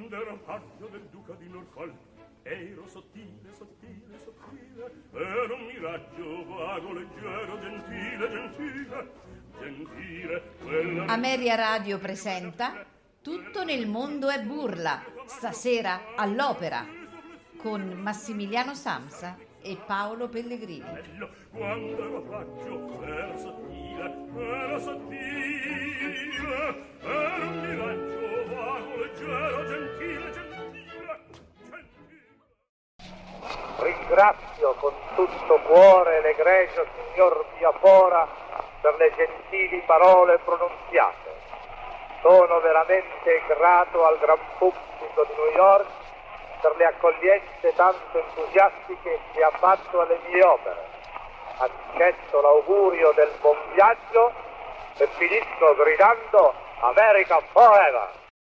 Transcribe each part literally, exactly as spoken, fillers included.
quando ero paggio del duca di Norfolk, ero sottile, sottile, sottile, ero un miraggio vago, leggero, gentile, gentile, gentile. Quella... Ameria Radio presenta Tutto nel mondo è burla, stasera all'Opera, con Massimiliano Samsa e Paolo Pellegrini. Quando ero paggio, ero sottile, ero sottile, ero un miraggio vago, leggero, gentile, gentile, gentile. Ringrazio con tutto cuore l'egregio signor Biafora per le gentili parole pronunziate. Sono veramente grato al gran pubblico di New York per le accoglienze tanto entusiastiche che ha fatto alle mie opere. Accetto l'augurio del buon viaggio e finisco gridando America Forever!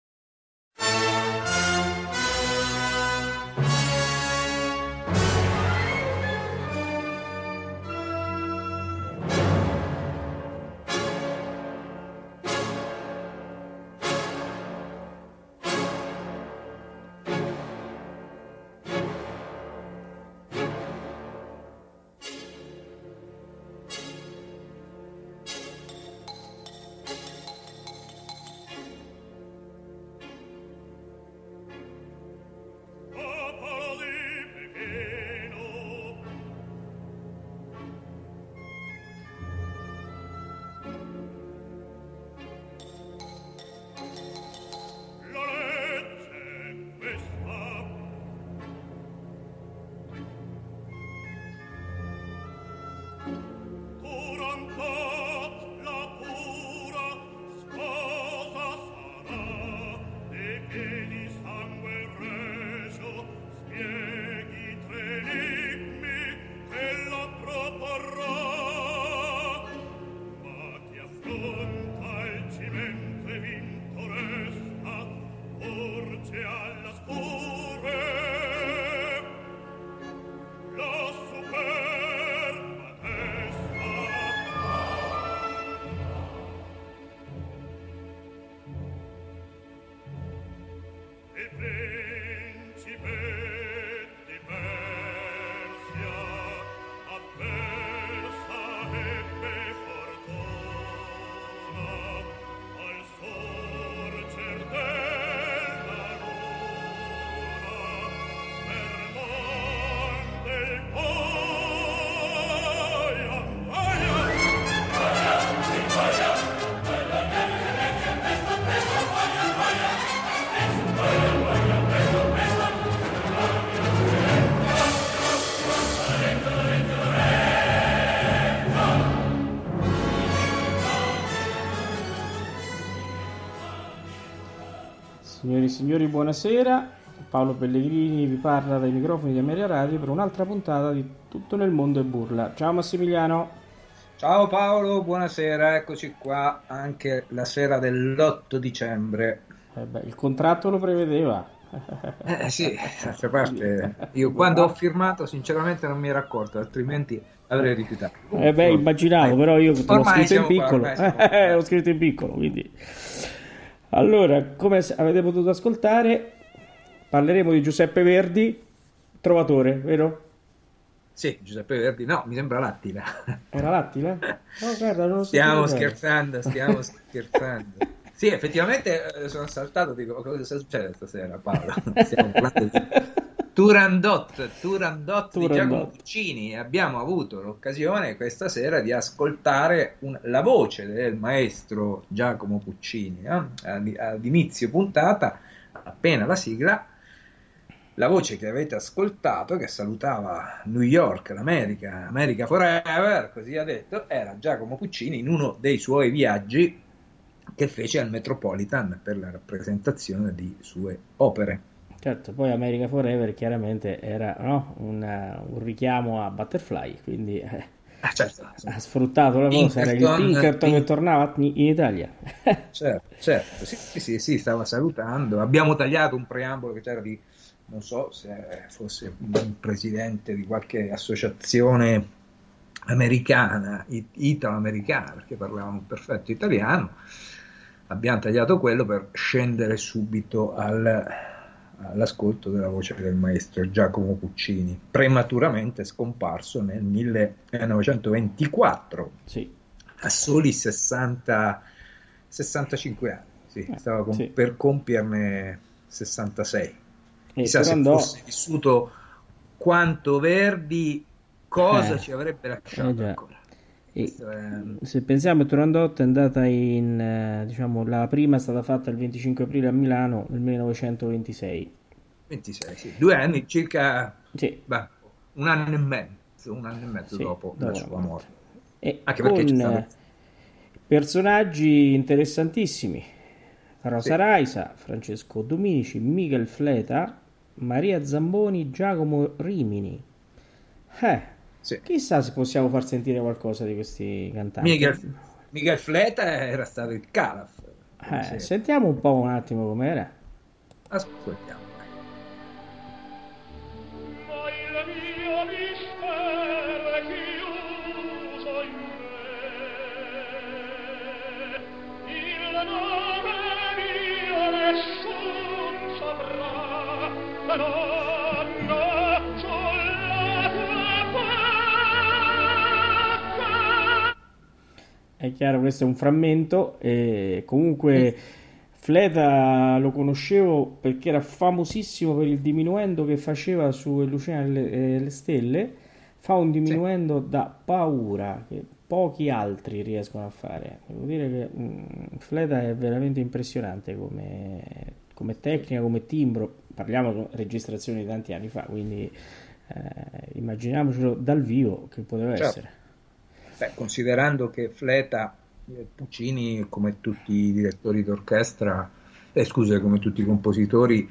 Signori e signori, buonasera. Paolo Pellegrini vi parla dai microfoni di Ameria Radio per un'altra puntata di Tutto nel mondo è burla. Ciao Massimiliano. Ciao Paolo, buonasera, eccoci qua anche la sera dell'otto dicembre. Eh beh, il contratto lo prevedeva. Eh sì, d'altra parte io quando ho firmato sinceramente non mi ero accorto, altrimenti avrei rifiutato. Eh beh, immaginavo, però io te l'ho scritto in piccolo. Qua, l'ho scritto in piccolo, quindi... Allora, come avete potuto ascoltare, parleremo di Giuseppe Verdi, Trovatore, vero? Sì, Giuseppe Verdi, no, mi sembra L'attila. Era L'Attila? No, guarda, non lo so. Stiamo scherzando, stiamo scherzando. Sì, effettivamente eh, sono saltato, dico, cosa succede stasera, Paolo? Stiamo parlando di Turandot, Turandot, Turandot di Giacomo Puccini. Abbiamo avuto l'occasione questa sera di ascoltare un, la voce del maestro Giacomo Puccini, eh? ad, ad inizio puntata, appena la sigla, la voce che avete ascoltato, che salutava New York, l'America, America Forever, così ha detto, era Giacomo Puccini in uno dei suoi viaggi che fece al Metropolitan per la rappresentazione di sue opere. Certo, poi America Forever chiaramente era, no, una, un richiamo a Butterfly, quindi eh, ah, certo, ha sfruttato la cosa, era il Pinkerton che tornava in Italia. Certo, certo, sì, sì, sì, sì, stava salutando. Abbiamo tagliato un preambolo che c'era di, non so se fosse un presidente di qualche associazione americana, italo-americana, perché parlavano un perfetto italiano. Abbiamo tagliato quello per scendere subito al all'ascolto della voce del maestro Giacomo Puccini, prematuramente scomparso nel millenovecentoventiquattro, sì. a soli sessanta, sessantacinque anni, sì. Eh, stava con, sì. per compierne sessantasei. E Chissà se Turandot... fosse vissuto quanto Verdi, cosa eh, ci avrebbe lasciato eh ancora. E è... se pensiamo che Turandot è andata in, eh, diciamo, la prima è stata fatta il venticinque aprile a Milano nel millenovecentoventisei. ventisei, sì. Due anni circa, Sì. beh, un anno e mezzo, un anno e mezzo Sì, dopo, dopo la la sua morte. morte. E Anche con perché c'è stato... personaggi interessantissimi: Rosa Sì. Raisa, Francesco Dominici, Miguel Fleta, Maria Zamboni, Giacomo Rimini. Eh, Sì. chissà se possiamo far sentire qualcosa di questi cantanti. Miguel, Miguel Fleta era stato il Calaf. Eh, sentiamo un po' un attimo com'era. Ascoltiamo. È chiaro, questo è un frammento, e comunque Fleta lo conoscevo perché era famosissimo per il diminuendo che faceva su Lucina e le, e le stelle. Fa un diminuendo sì. da paura, che pochi altri riescono a fare. Devo dire che mh, Fleta è veramente impressionante come, come tecnica, come timbro. Parliamo di registrazioni di tanti anni fa, quindi eh, immaginiamocelo dal vivo che poteva certo. essere. Beh, considerando che Fleta, eh, Puccini, come tutti i direttori d'orchestra, eh, scusa, come tutti i compositori,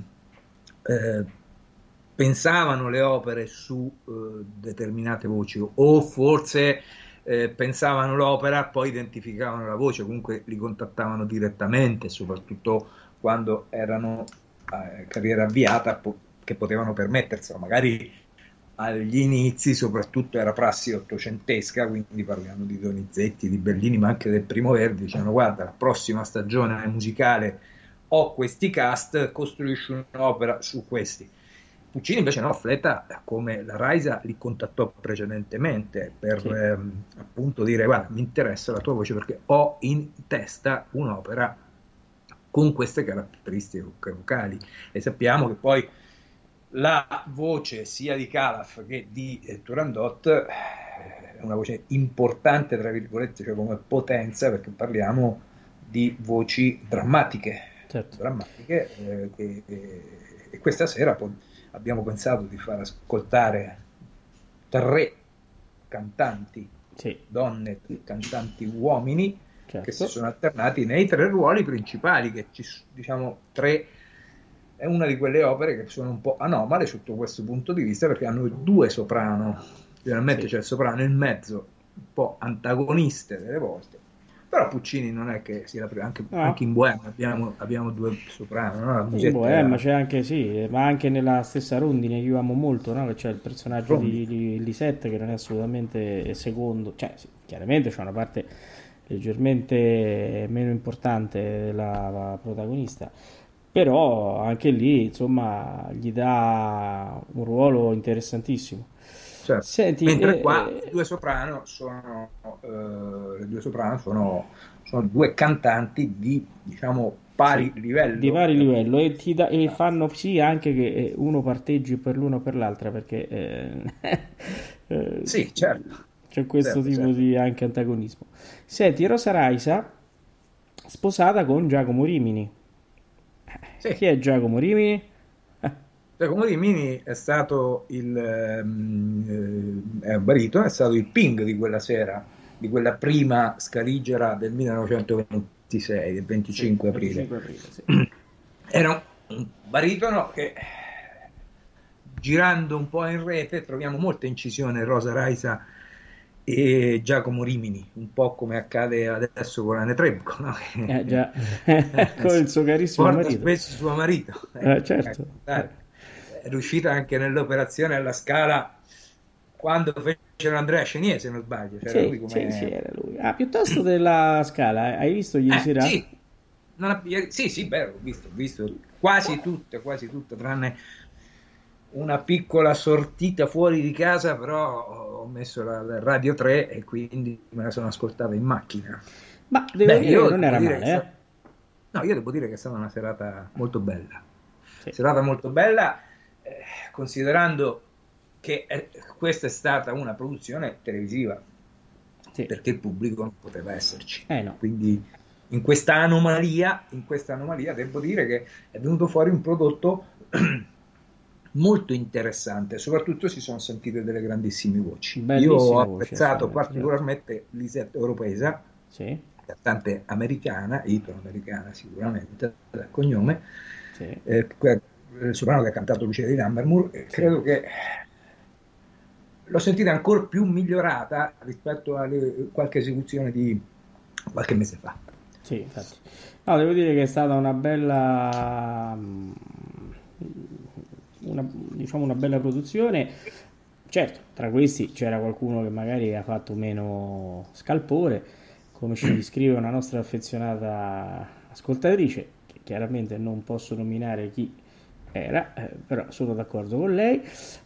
eh, pensavano le opere su eh, determinate voci, o forse eh, pensavano l'opera, poi identificavano la voce, comunque li contattavano direttamente, soprattutto quando erano a carriera avviata, po- che potevano permetterselo, magari agli inizi soprattutto era prassi ottocentesca, quindi parliamo di Donizetti, di Bellini, ma anche del Primo Verdi, dicevano guarda, la prossima stagione musicale ho questi cast, costruisci un'opera su questi. Puccini invece no, Fleta, come la Raisa, li contattò precedentemente per sì. ehm, appunto dire guarda, mi interessa la tua voce perché ho in testa un'opera con queste caratteristiche vocali, e sappiamo che poi la voce sia di Calaf che di eh, Turandot è una voce importante, tra virgolette, cioè come potenza, perché parliamo di voci drammatiche, certo. drammatiche eh, che, eh, e questa sera poi abbiamo pensato di far ascoltare tre cantanti, sì. donne, cantanti uomini, certo. che si sono alternati nei tre ruoli principali, che ci, diciamo, tre... È una di quelle opere che sono un po' anomale sotto questo punto di vista, perché hanno due soprano, generalmente sì. c'è il soprano in mezzo, un po' antagoniste delle volte, però Puccini non è che sia la prima, anche, no. anche in Bohème abbiamo, abbiamo due soprano, no? La in Bohème c'è anche, sì, ma anche nella stessa Rondine io amo molto, no? Che c'è il personaggio di, di Lisette che non è assolutamente secondo, cioè sì, chiaramente c'è una parte leggermente meno importante della protagonista, però anche lì insomma gli dà un ruolo interessantissimo. Certo. Senti, mentre eh, qua i due soprano sono eh, le due soprano sono, sono due cantanti di, diciamo, pari sì, livello di pari livello, e, ti da, e fanno sì anche che uno parteggi per l'uno o per l'altra, perché eh, eh, sì, certo, c'è questo certo, tipo certo. di anche antagonismo. Senti, Rosa Raisa sposata con Giacomo Rimini. Sì. Chi è Giacomo Rimini? Giacomo Rimini è stato il ehm, è un baritono, è stato il Ping di quella sera, di quella prima scaligera del millenovecentoventisei, del venticinque sì, aprile. venticinque aprile sì. Era un baritono che, girando un po' in rete, troviamo molte incisioni Rosa Raisa e Giacomo Rimini, un po' come accade adesso con Anne Trebko, no? Eh già, con il suo carissimo porta marito. spesso suo marito. Eh, certo. Eh, è riuscita anche nell'operazione alla Scala quando fecero Andrea Chenier, se non sbaglio. C'era sì, lui come... sì, sì, era lui. Ah, piuttosto della Scala, hai visto ieri eh, sera? Sì, non ha, sì, sì, beh, ho visto, ho visto quasi tutte, quasi tutte, tranne una piccola sortita fuori di casa, però ho messo la, la Radio tre e quindi me la sono ascoltata in macchina. Ma devo Beh, dire io che non era devo dire male, che eh? sta- No, io devo dire che è stata una serata molto bella. Sì. Serata molto bella, eh, considerando che eh, questa è stata una produzione televisiva, Sì. perché il pubblico non poteva esserci. Eh no. Quindi in questa anomalia, in questa anomalia devo dire che è venuto fuori un prodotto molto interessante, soprattutto si sono sentite delle grandissime voci. Bellissime Io ho voci, apprezzato assolutamente, particolarmente Lisette Europesa, Sì, cantante americana, italo-americana sicuramente, dal cognome, sì. eh, que- il soprano che ha cantato Lucia di Lammermoor, eh, credo che l'ho sentita ancora più migliorata rispetto a qualche esecuzione di qualche mese fa. Sì, infatti. No, devo dire che è stata una bella, mm, una, diciamo una bella produzione. Certo, tra questi c'era qualcuno che magari ha fatto meno scalpore, come ci descrive una nostra affezionata ascoltatrice, che chiaramente non posso nominare chi era, eh, però sono d'accordo con lei.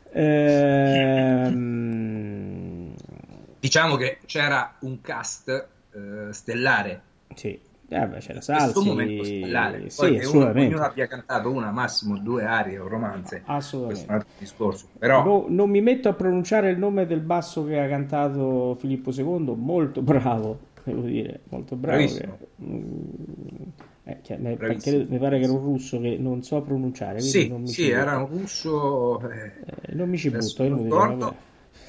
Ehm, Diciamo che c'era un cast eh, stellare. Sì, eh beh, c'era In questo Salsi, momento stellare. Poi sì, che uno, assolutamente. ognuno abbia cantato una, massimo due arie o romanze, questo è un Assolutamente. altro discorso. Però No- non mi metto a pronunciare il nome del basso che ha cantato Filippo secondo, molto bravo, devo dire, molto bravo. Bravissimo. che- mm, eh, che- mi, Bravissimo. credo- mi pare che era un russo che non so pronunciare, quindi sì, non mi sì, ci era butto. un russo. eh, Eh, non mi ci adesso butto, è non inutile, ricordo. vabbè.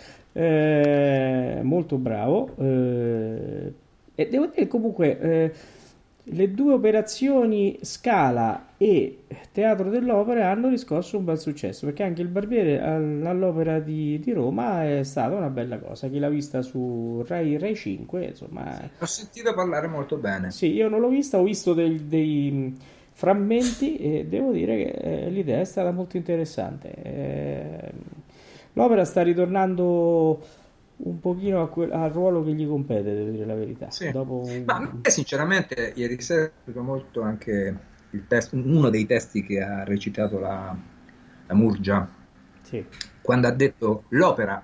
Eh, molto bravo. eh, e devo dire che comunque eh, le due operazioni Scala e Teatro dell'Opera hanno riscosso un bel successo, perché anche il Barbiere al- all'Opera di, di Roma è stata una bella cosa. Chi l'ha vista su Rai, Rai cinque, insomma, Ho sentito parlare molto bene. sì, io non l'ho vista, ho visto dei, dei, mh, frammenti e devo dire che eh, l'idea è stata molto interessante. Eh, l'opera sta ritornando un pochino a quel- al ruolo che gli compete, devo dire la verità. Sì. Dopo Ma a un... me sinceramente ieri sera è piaciuto molto anche il testo, uno dei testi che ha recitato la, la Murgia, Sì, quando ha detto l'opera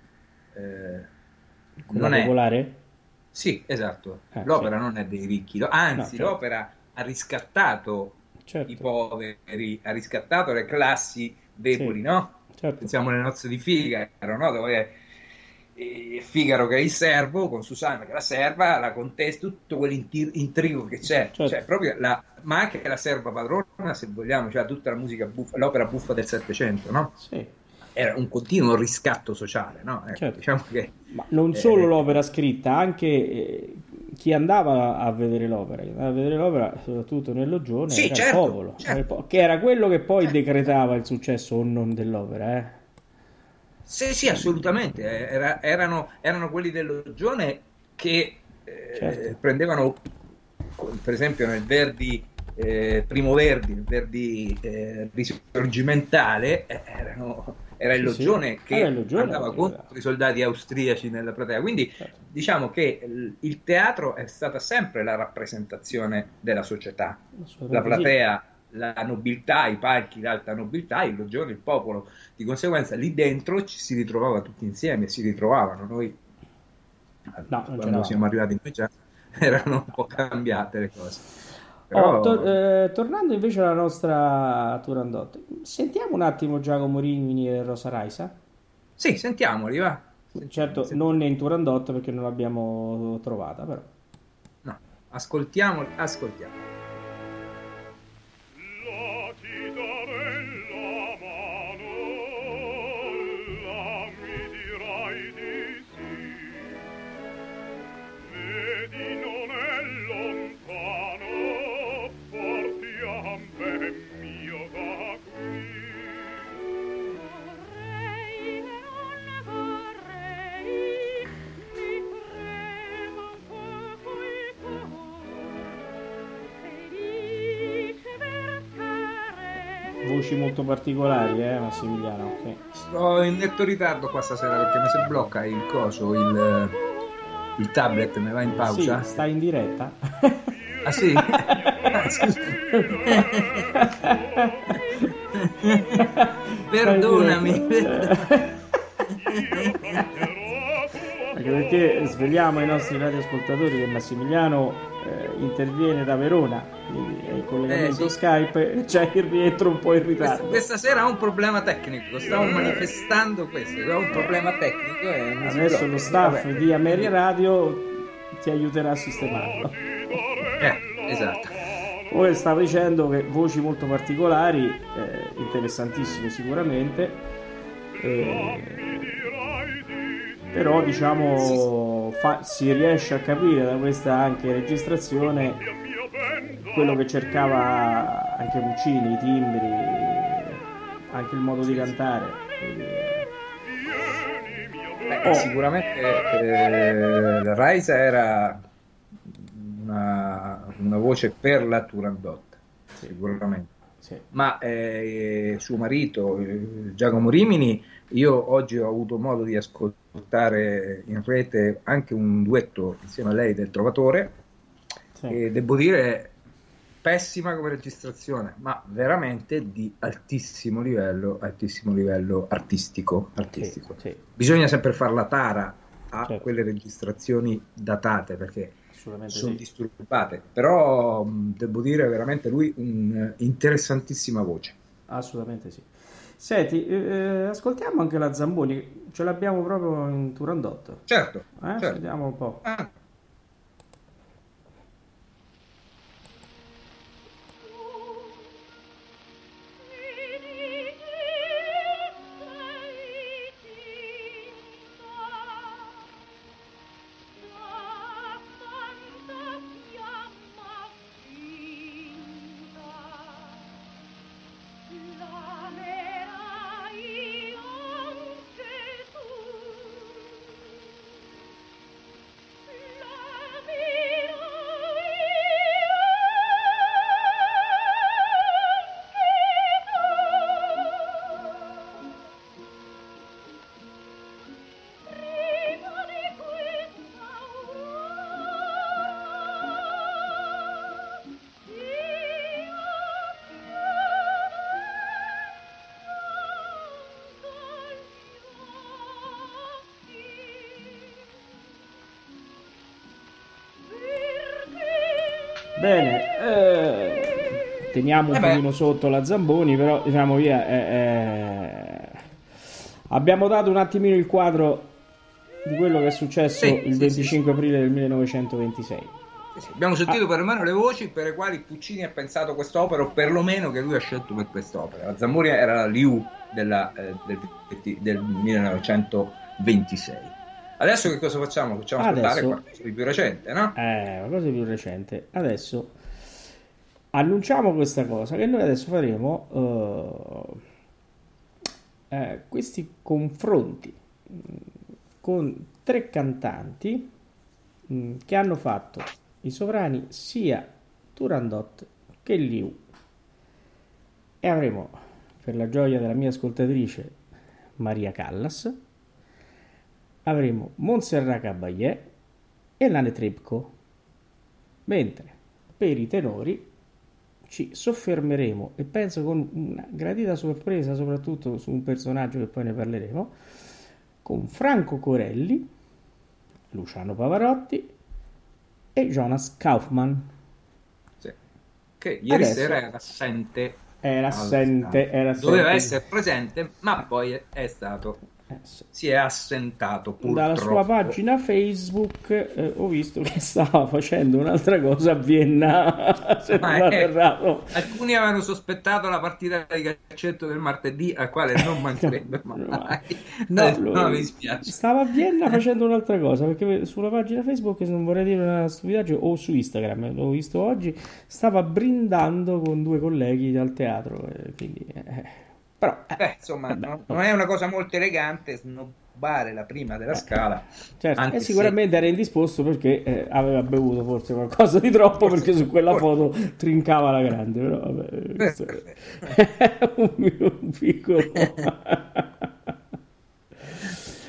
eh, quella non è. popolare? Sì, esatto, Eh, l'opera sì. non è dei ricchi, lo- anzi No, certo. l'opera ha riscattato Certo. i poveri, ha riscattato le classi deboli, Sì. no? Certo. Pensiamo alle nozze di Figaro, no? Dove è eh, Figaro che è il servo, con Susanna che è la serva, la contessa, tutto quell'intrigo che c'è, Certo. cioè, proprio la, ma anche la serva padrona, se vogliamo, cioè tutta la musica buffa, l'opera buffa del Settecento, no? Sì. Era un continuo riscatto sociale, no? Ecco, Certo. diciamo che Ma non solo eh, l'opera scritta, anche eh, chi andava a vedere l'opera, chi andava a vedere l'opera, soprattutto nel Loggione, Sì, era certo, il popolo, certo. era il po- che era quello che poi Certo. decretava il successo o non dell'opera, eh. Sì, sì, assolutamente. Era- erano, erano quelli del Loggione che eh, Certo. prendevano, per esempio, nel Verdi, eh, Primo Verdi, il Verdi eh, risorgimentale, eh, erano, era il Sì, sì. Loggione che Era il Loggione, andava che contro era- i soldati austriaci nella platea. Quindi Certo. diciamo che il, il teatro è stata sempre la rappresentazione della società, la Assolutamente sì. platea, la nobiltà, i palchi, l'alta nobiltà, il Loggione, il popolo. Di conseguenza lì dentro ci si ritrovava tutti insieme, si ritrovavano. Noi No, non quando c'eravamo. siamo arrivati noi già erano un po' cambiate le cose. Oh, Però to- eh, tornando invece alla nostra Turandot, sentiamo un attimo Giacomo Rimini e Rosa Raisa. sì, sentiamoli, va. Sentiamo, Certo, sentiamo. non in Turandot perché non l'abbiamo trovata, però. No, ascoltiamoli, ascoltiamoli. La ti darei la mano, la mi dirai di sì. Vedi non è lontano, partiam ben mio da qui. Vorrei, non vorrei, mi trema un poco il cuore, felice versare. Voci molto particolari, eh, Massimiliano. Sì. Sto in netto ritardo qua stasera perché mi si blocca il coso, il, il tablet, mi va in pausa. Sì, sta in diretta. Ah sì? Ah, scusa. Perdonami. Anche perché sveliamo ai nostri radioascoltatori che Massimiliano eh, interviene da Verona, quindi è in collegamento Eh, sì. Skype e c'è il rientro un po' in Questa, ritardo. questa sera ha un problema tecnico, stavo manifestando questo, ha un problema tecnico e mi si Adesso blocca. lo staff Vabbè. di Ameria Radio ti aiuterà a sistemarlo. Eh, esatto. Poi stavo dicendo che voci molto particolari, eh, interessantissime sicuramente, eh, però diciamo fa- si riesce a capire da questa anche registrazione quello che cercava anche Puccini, i timbri, anche il modo di cantare. Quindi, eh, Beh, sicuramente eh, la Raisa era una, una voce per la Turandot, sicuramente. sì. Ma eh, suo marito eh, Giacomo Rimini, io oggi ho avuto modo di ascoltare in rete anche un duetto insieme a lei del Trovatore, Sì. e devo dire pessima come registrazione, ma veramente di altissimo livello, altissimo livello artistico, artistico. Sì, sì, Bisogna sempre far la tara a Certo. quelle registrazioni datate, perché assolutamente sono sì. disturbate, però mh, devo dire veramente lui un'interessantissima voce. Assolutamente sì. Senti, eh, ascoltiamo anche la Zamboni, ce l'abbiamo proprio in Turandot. Certo, Eh? certo. Sentiamo un po'. Ah, Bene, eh, teniamo un Eh beh. pochino sotto la Zamboni, però diciamo via, eh, eh, abbiamo dato un attimino il quadro di quello che è successo Sì, il sì, venticinque aprile del millenovecentoventisei. sì, sì. Abbiamo sentito per mano le voci per le quali Puccini ha pensato quest'opera, o perlomeno che lui ha scelto per quest'opera. La Zamboni era la Liu della, eh, del, del millenovecentoventisei. Adesso che cosa facciamo? Facciamo ascoltare Adesso- qualcosa di più recente, no? Eh, una cosa più recente. Adesso annunciamo questa cosa, che noi adesso faremo eh, eh, questi confronti mh, con tre cantanti mh, che hanno fatto i sovrani sia Turandot che Liu. E avremo, per la gioia della mia ascoltatrice, Maria Callas, avremo Montserrat Caballé e Lane Tripco, mentre per i tenori ci soffermeremo, e penso con una gradita sorpresa soprattutto su un personaggio che poi ne parleremo, con Franco Corelli, Luciano Pavarotti e Jonas Kaufmann. Sì. Che ieri Adesso- sera era assente. Era al- assente, era Doveva assente. essere presente, ma poi è, è stato, Eh, sì. si è assentato purtroppo. Dalla sua pagina Facebook eh, ho visto che stava facendo un'altra cosa a Vienna, se non Ma vado è- errato. Alcuni avevano sospettato la partita di calcetto del martedì, al quale non mancherebbe mai. No, No, lo- mi dispiace. stava a Vienna facendo un'altra cosa, perché sulla pagina Facebook, se non vorrei dire una stupidaggine, o su Instagram, l'ho visto oggi, stava brindando con due colleghi al teatro, eh, quindi, eh, però, eh, Beh, insomma, vabbè, non, vabbè. non è una cosa molto elegante snobbare la prima della scala. Certo, anche e se- sicuramente era indisposto perché eh, aveva bevuto forse qualcosa di troppo, Forse- perché su quella forse- foto trincava la grande, però vabbè, questo è un, un piccolo.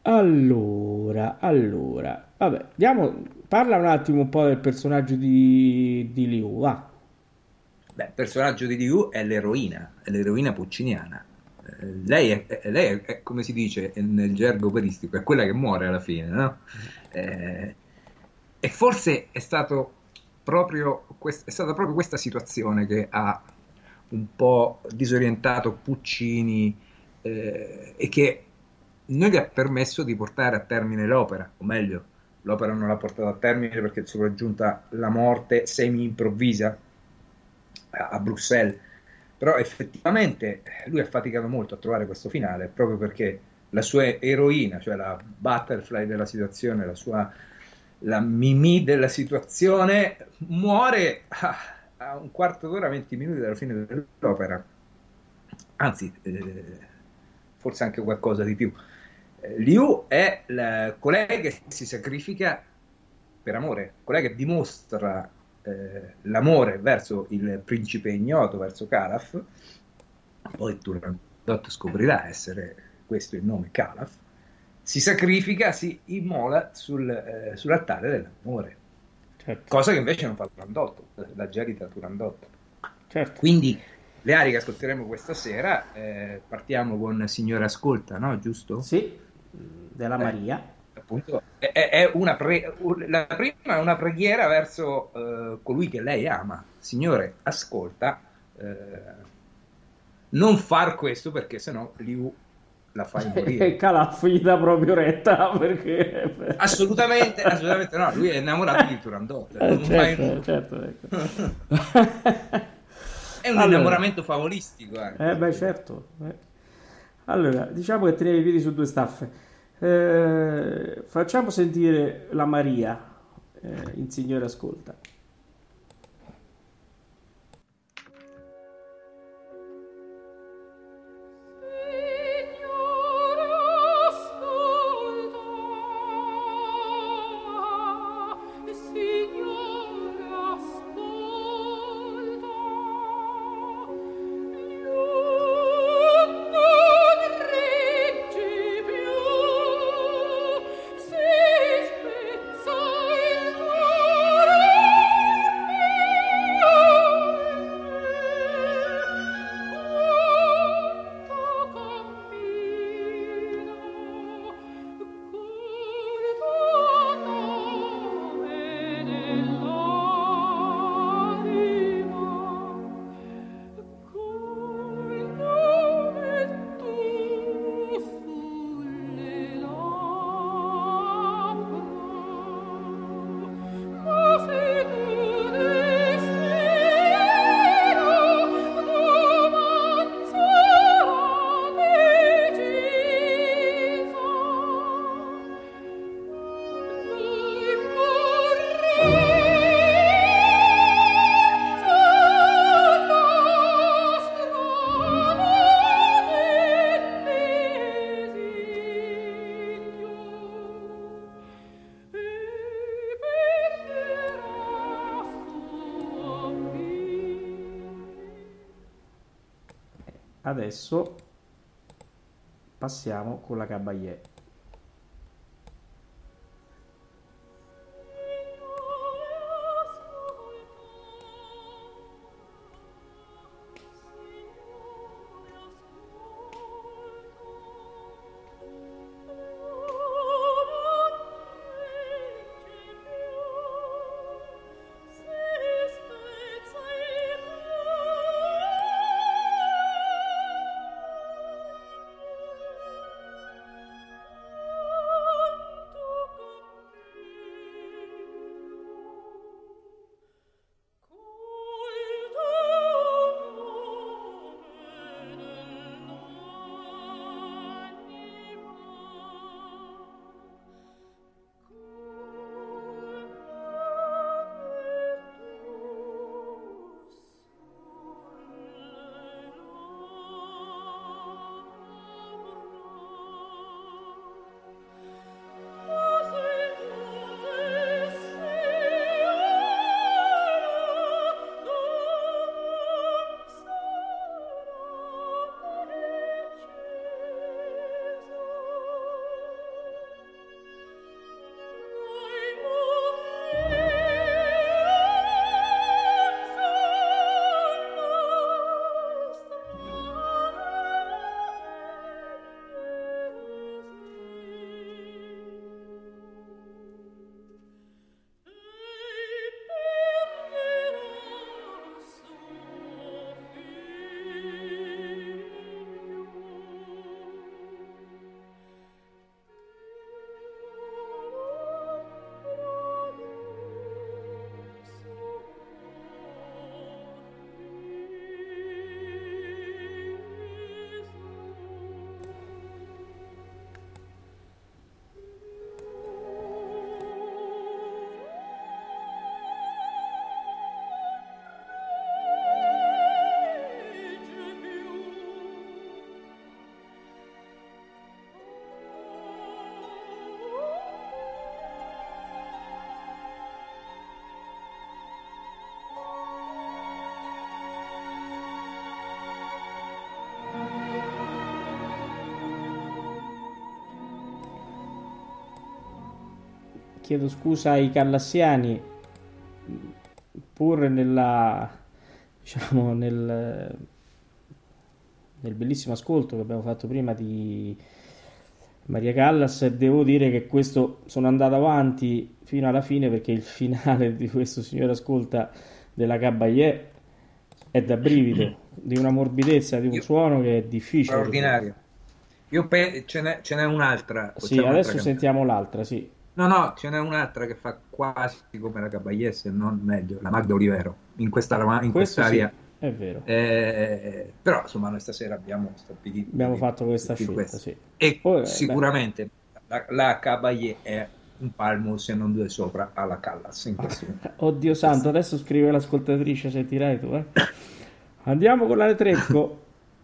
Allora, allora, vabbè, diamo, parla un attimo un po' del personaggio di, di Liu, va. Beh, il personaggio di Liu è l'eroina, è l'eroina pucciniana. Eh, lei, è, è- lei è, è, come si dice nel gergo operistico, è quella che muore alla fine, no? Eh, e forse è stato proprio quest- è stata proprio questa situazione che ha un po' disorientato Puccini, eh, e che non gli ha permesso di portare a termine l'opera, o meglio, l'opera non l'ha portata a termine perché è sopraggiunta la morte semi-improvvisa a, a Bruxelles. Però effettivamente lui ha faticato molto a trovare questo finale, proprio perché la sua eroina, cioè la butterfly della situazione, la sua la Mimì della situazione, muore a, a un quarto d'ora, venti minuti dalla fine dell'opera. Anzi, eh, forse anche qualcosa di più. Eh, Liu è la- colei che si sacrifica per amore, colei che dimostra eh, l'amore verso il principe ignoto, verso Calaf. Poi Turandot scoprirà essere questo il nome, Calaf. Si sacrifica, si immola sul, eh, sull'altare dell'amore, Certo, cosa che invece non fa Turandot, la gelida Turandot. certo. Quindi le arie che ascolteremo questa sera, eh, partiamo con Signore Ascolta, no? Giusto? Sì, della Eh, Maria. appunto, è, è una pre- la prima è una preghiera verso eh, colui che lei ama. Signore, ascolta, eh, non far questo perché sennò Liu la fai E morire. Calaf gli dà proprio retta perché... Assolutamente, assolutamente no, lui è innamorato di Turandot, Eh, non fai certo, nulla. certo, ecco. È un Allora, innamoramento favolistico anche. eh beh, certo. eh. Allora, diciamo che tenevi i piedi su due staffe. Eh, facciamo sentire la Maria eh, in Signore Ascolta. Signore, ascolta, Signore, ascolta, io non reggi più, si spezza il cuore Adesso passiamo con la Caballé. chiedo scusa ai callassiani, pur nella, diciamo, nel, nel bellissimo ascolto che abbiamo fatto prima di Maria Callas, e devo dire che questo sono andato avanti fino alla fine, perché il finale di questo signore ascolta della Caballé è da brivido, di una morbidezza, di un Io- suono che è difficile. straordinario. Io pe- ce n'è, ce n'è un'altra. Sì, facciamo adesso un'altra sentiamo l'altra, sì. No, no, ce n'è un'altra che fa quasi come la Caballé, se non meglio, la Magda Olivero, in questa in Questo sì, quest'area. è vero. Eh, però insomma noi stasera abbiamo stabilito Abbiamo di- fatto questa di scelta, questo. sì. E Poi, eh, sicuramente la, la Caballé è un palmo, se non due sopra, alla Callas in questo momento. Oddio santo, adesso scrive l'ascoltatrice, sentirai tu, eh. Andiamo con la Netrebko.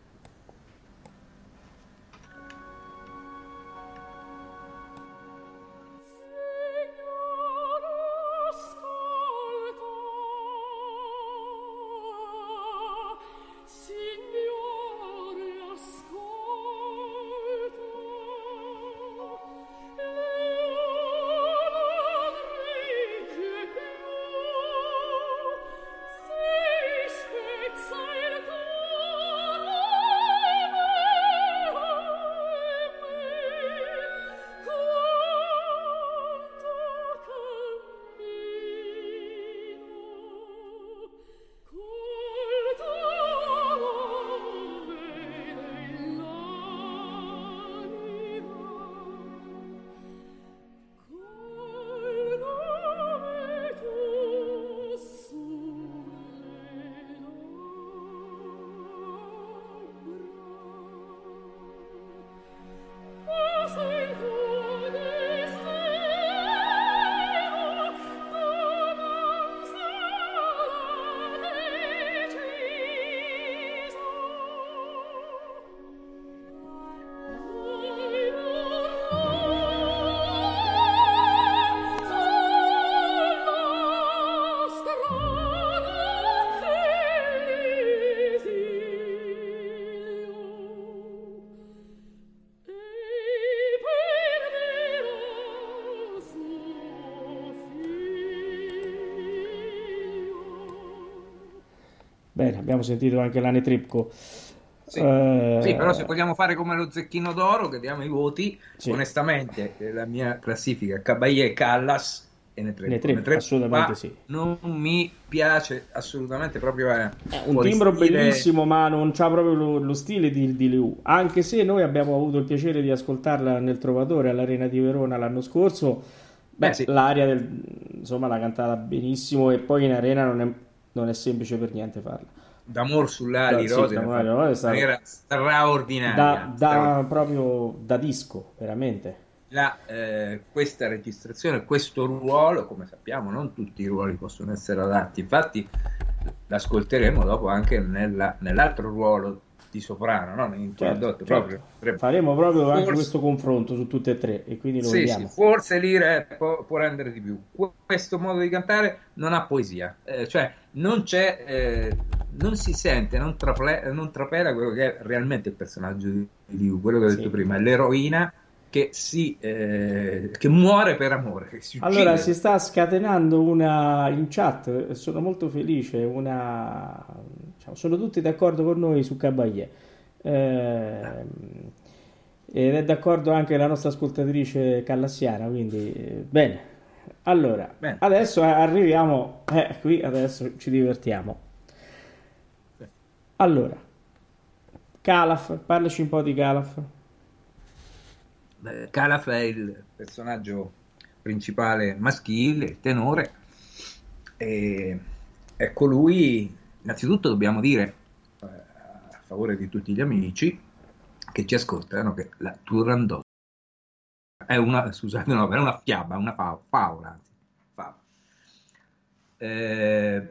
Signore, ascolta, la regge si spezza il coro Bene, abbiamo sentito anche la Netrebko. Sì. Eh, Sì, però se vogliamo fare come lo Zecchino d'Oro, che diamo i voti, Sì. onestamente eh, la mia classifica Caballé, Callas e Netrebko. Netrebko, Netrebko assolutamente qua sì. non mi piace assolutamente, proprio è un fuori timbro stile. bellissimo, ma non c'ha proprio lo, lo stile di, di Liu. Anche se noi abbiamo avuto il piacere di ascoltarla nel Trovatore all'Arena di Verona l'anno scorso, beh, Eh sì. l'aria del, insomma, l'ha cantata benissimo, e poi in arena non è, non è semplice per niente farla. D'amor sulle ali Sì, rose, D'amore in alle Rose è stato- maniera straordinaria. Da, straordinaria. da proprio da disco, veramente. La, eh, questa registrazione, questo ruolo, come sappiamo, non tutti i ruoli possono essere adatti. Infatti, l'ascolteremo dopo anche nella- nell'altro ruolo di soprano, no? In Certo, Turandot, certo. proprio. Faremo proprio anche Forse- questo confronto su tutte e tre, e quindi lo Sì, vediamo. sì, forse l'Ire può, può rendere di più. Questo modo di cantare non ha poesia, eh, cioè non c'è, eh, non si sente, non, traple- non trapela quello che è realmente il personaggio di Liu, quello che ho detto Sì. prima, è l'eroina che si eh, che muore per amore, che si uccide. Allora, si sta scatenando una in chat, sono molto felice, una, diciamo, sono tutti d'accordo con noi su Caballé. Ehm, ed è d'accordo anche la nostra ascoltatrice callassiana, quindi eh, bene. Allora, Bene. adesso arriviamo, eh, qui adesso ci divertiamo. Allora, Calaf, parlaci un po' di Calaf. Beh, Calaf è il personaggio principale maschile, il tenore, e è colui, innanzitutto dobbiamo dire, eh, a favore di tutti gli amici che ci ascoltano, che la Turandot è una, scusate, no, è una fiaba, una fa- favola, anzi, favola. Eh,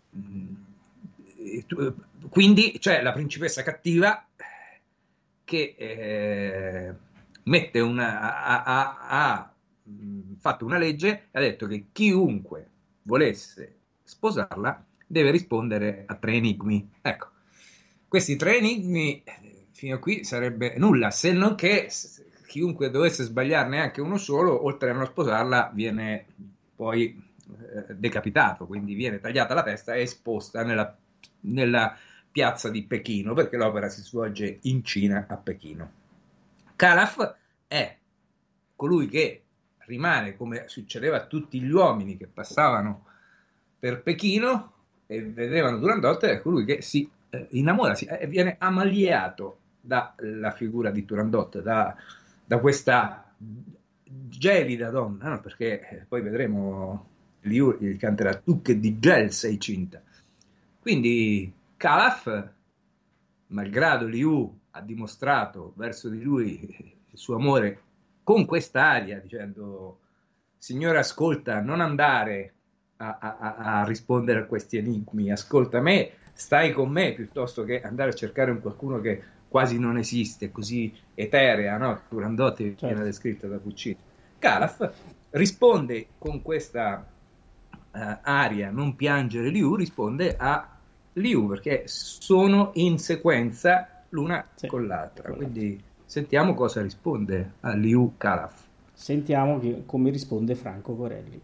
tu- quindi c'è la principessa cattiva che eh, mette una, ha, ha- ha, mh, fatto una legge e ha detto che chiunque volesse sposarla deve rispondere a tre enigmi. Ecco, questi tre enigmi eh, fino a qui sarebbe nulla, se non che s- chiunque dovesse sbagliarne anche uno solo, oltre a non sposarla, viene poi eh, decapitato, quindi viene tagliata la testa e esposta nella, nella piazza di Pechino, perché l'opera si svolge in Cina, a Pechino. Calaf è colui che rimane, come succedeva a tutti gli uomini che passavano per Pechino e vedevano Turandot, è colui che si eh, innamora, si, eh, viene ammaliato dalla figura di Turandot, da, da questa gelida donna, no? Perché eh, poi vedremo Liu canterà tu che di gel sei cinta. Quindi Calaf, malgrado Liu ha dimostrato verso di lui il suo amore con quest'aria, dicendo: signora, ascolta, non andare a, a, a rispondere a questi enigmi, ascolta me, stai con me, piuttosto che andare a cercare un qualcuno che quasi non esiste, così eterea, no? Turandot certo. Viene descritta da Puccini. Calaf risponde con questa uh, aria, non piangere Liu, risponde a Liu, perché sono in sequenza l'una sì, con l'altra, quindi sentiamo cosa risponde a Liu Calaf. Sentiamo che, come risponde Franco Corelli.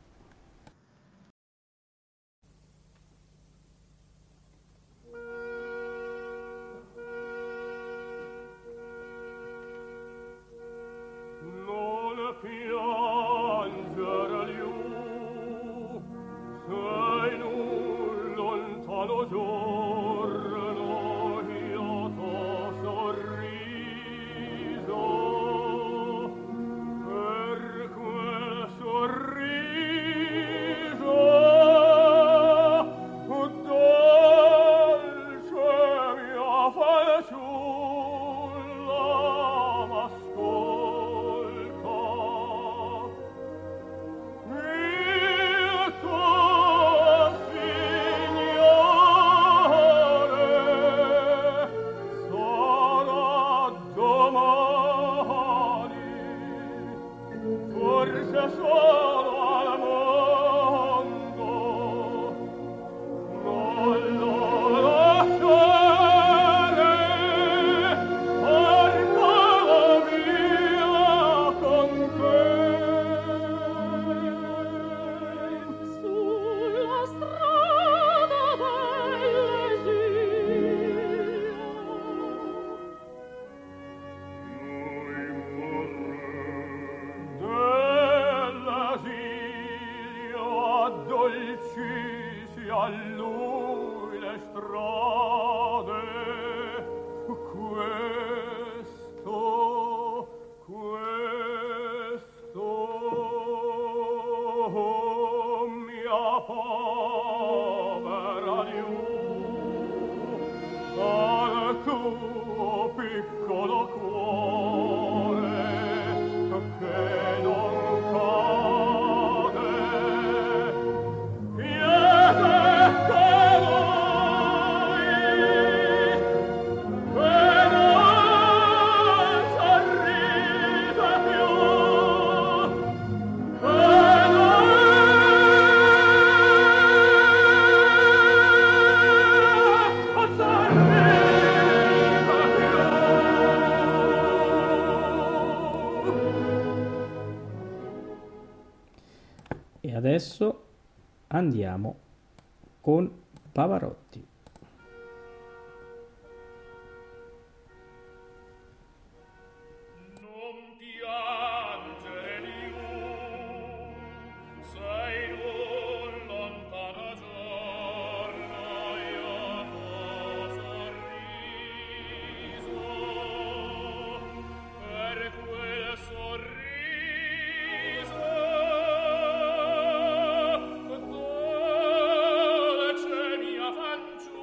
Non piangere Liu, sei in un lontano giorno io t'ho sorriso, per quel sorriso dolce mia fanciulla m'ascolta. Il tuo Signore sarà domani, forse solo al mondo, non lo lasciare, portalo via con te. Sulla strada dell'esilio Dell'esilio addolcisi a lui le strade, questo, questo mia povera Liu, al tuo piccolo cuore che non cade, piede con lui, e non sorride più, e non sorride più. E adesso andiamo con Pavarotti. Non piangere Liu, sei in un lontano giorno io t'ho sorriso, per quel sorriso dolce mia fanciulla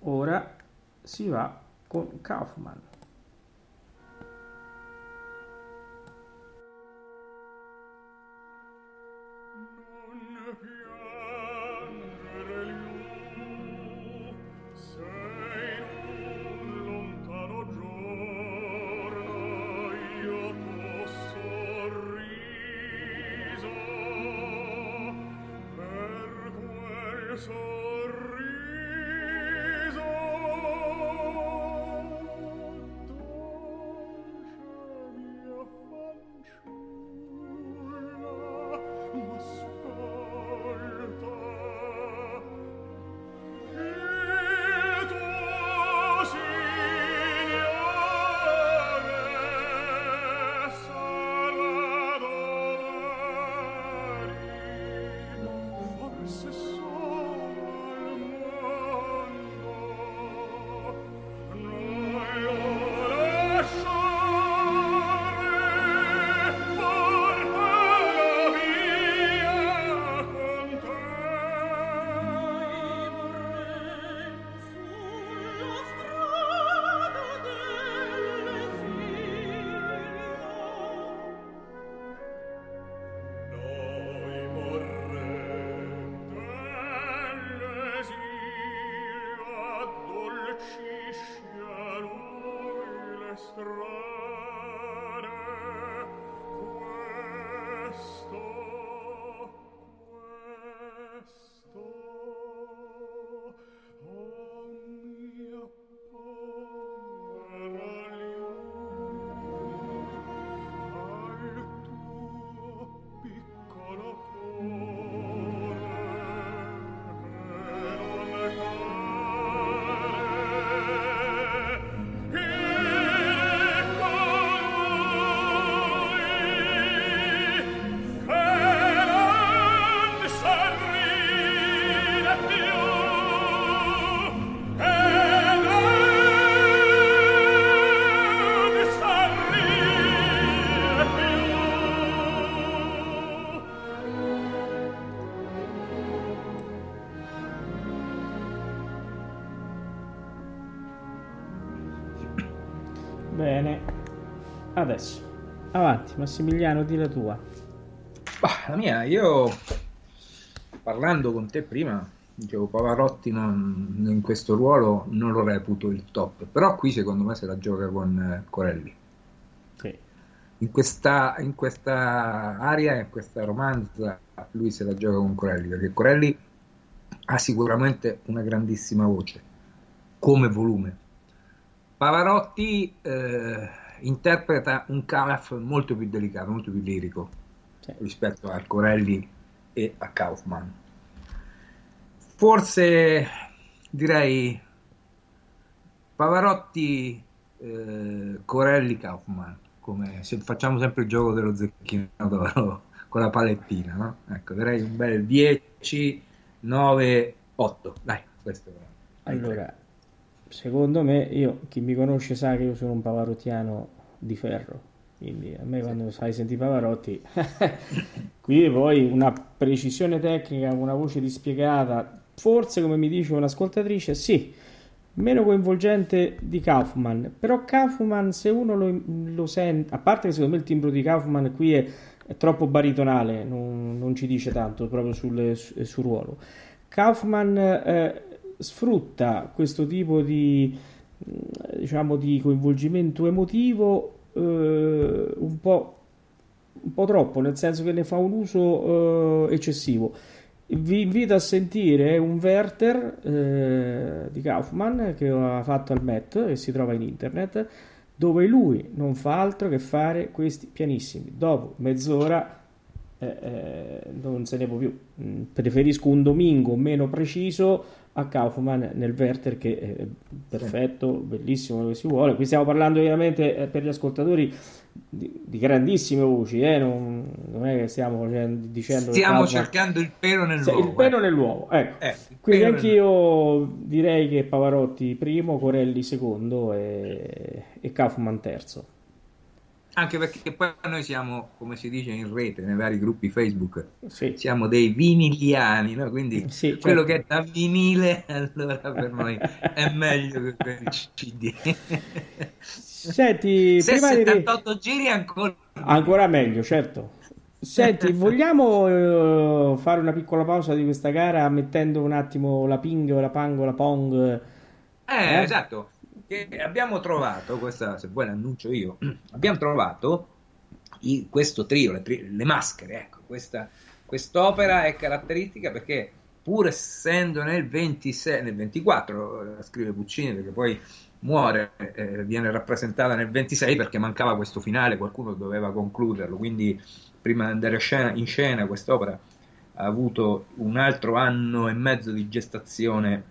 ora si va con Kaufman. Bene, adesso avanti Massimiliano, di la tua. Bah, la mia, io parlando con te prima dicevo Pavarotti non, in questo ruolo non lo reputo il top, però qui secondo me se la gioca con eh, Corelli. Sì. In questa, in questa area, in questa romanza lui se la gioca con Corelli, perché Corelli ha sicuramente una grandissima voce come volume. Pavarotti eh, interpreta un Calaf molto più delicato, molto più lirico, sì, rispetto a Corelli e a Kaufman. Forse direi Pavarotti, eh, Corelli, Kaufman, come se facciamo sempre il gioco dello zecchino d'oro con la palettina, no? Ecco, direi un bel dieci, nove, otto. Dai, questo è. Allora, secondo me, io, chi mi conosce sa che io sono un pavarottiano di ferro, quindi a me quando sai senti Pavarotti qui poi una precisione tecnica, una voce dispiegata, forse come mi dice un'ascoltatrice, sì, meno coinvolgente di Kaufman, però Kaufman, se uno lo, lo sente, a parte che secondo me il timbro di Kaufman qui è, è troppo baritonale, non, non ci dice tanto proprio sul, sul ruolo. Kaufman eh, sfrutta questo tipo di, diciamo, di coinvolgimento emotivo eh, un po', un po' troppo, nel senso che ne fa un uso eh, eccessivo. Vi invito a sentire un Werther eh, di Kaufman che ha fatto al Met, che si trova in internet, dove lui non fa altro che fare questi pianissimi. Dopo mezz'ora eh, eh, non se ne può più. Mm, preferisco un domingo meno preciso a Kaufman nel Werther, che è perfetto, bellissimo, quello che si vuole. Qui stiamo parlando veramente eh, per gli ascoltatori di, di grandissime voci, eh? non, non è che stiamo facendo, dicendo stiamo che Kaufman... cercando il pelo nell'uovo. Sì, il pelo eh. nell'uovo, ecco. Eh, Quindi anch'io nel... direi che Pavarotti primo, Corelli secondo e, e Kaufman terzo. Anche perché poi noi siamo, come si dice in rete, nei vari gruppi Facebook, Sì, siamo dei viniliani, no? Quindi sì, quello certo. che è da vinile, allora per noi è meglio che per il C D. Senti, Se prima di... ri- settantotto giri è ancora meglio. Ancora meglio, certo. Senti, vogliamo eh, fare una piccola pausa di questa gara mettendo un attimo la ping o la pang o la pong? Eh, Eh? esatto, che abbiamo trovato, questa se vuoi l'annuncio io, abbiamo trovato i- questo trio, le, tri- le maschere, ecco, questa, quest'opera è caratteristica perché pur essendo nel ventisei, nel ventiquattro, eh, scrive Puccini perché poi muore, eh, viene rappresentata nel ventisei perché mancava questo finale, qualcuno doveva concluderlo, quindi prima di andare a scena- in scena quest'opera ha avuto un altro anno e mezzo di gestazione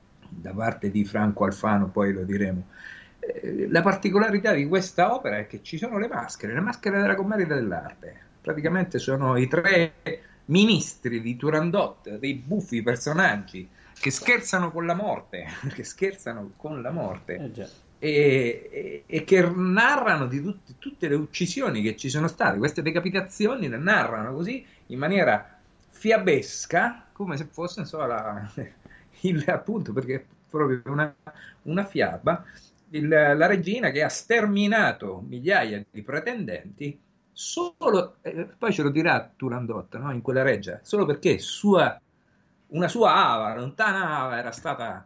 da parte di Franco Alfano, poi lo diremo. Eh, la particolarità di questa opera è che ci sono le maschere, le maschere della commedia dell'arte. Praticamente sono i tre ministri di Turandot, dei buffi personaggi che scherzano con la morte, che scherzano con la morte Eh già. e, e- e che narrano di tutti- tutte le uccisioni che ci sono state. Queste decapitazioni le narrano così in maniera fiabesca, come se fosse insomma, la, il, appunto perché è proprio una, una fiaba. Il- la regina che ha sterminato migliaia di pretendenti solo, eh, poi ce lo dirà Turandot, no? In quella reggia, solo perché sua, una sua ava, lontana ava, era stata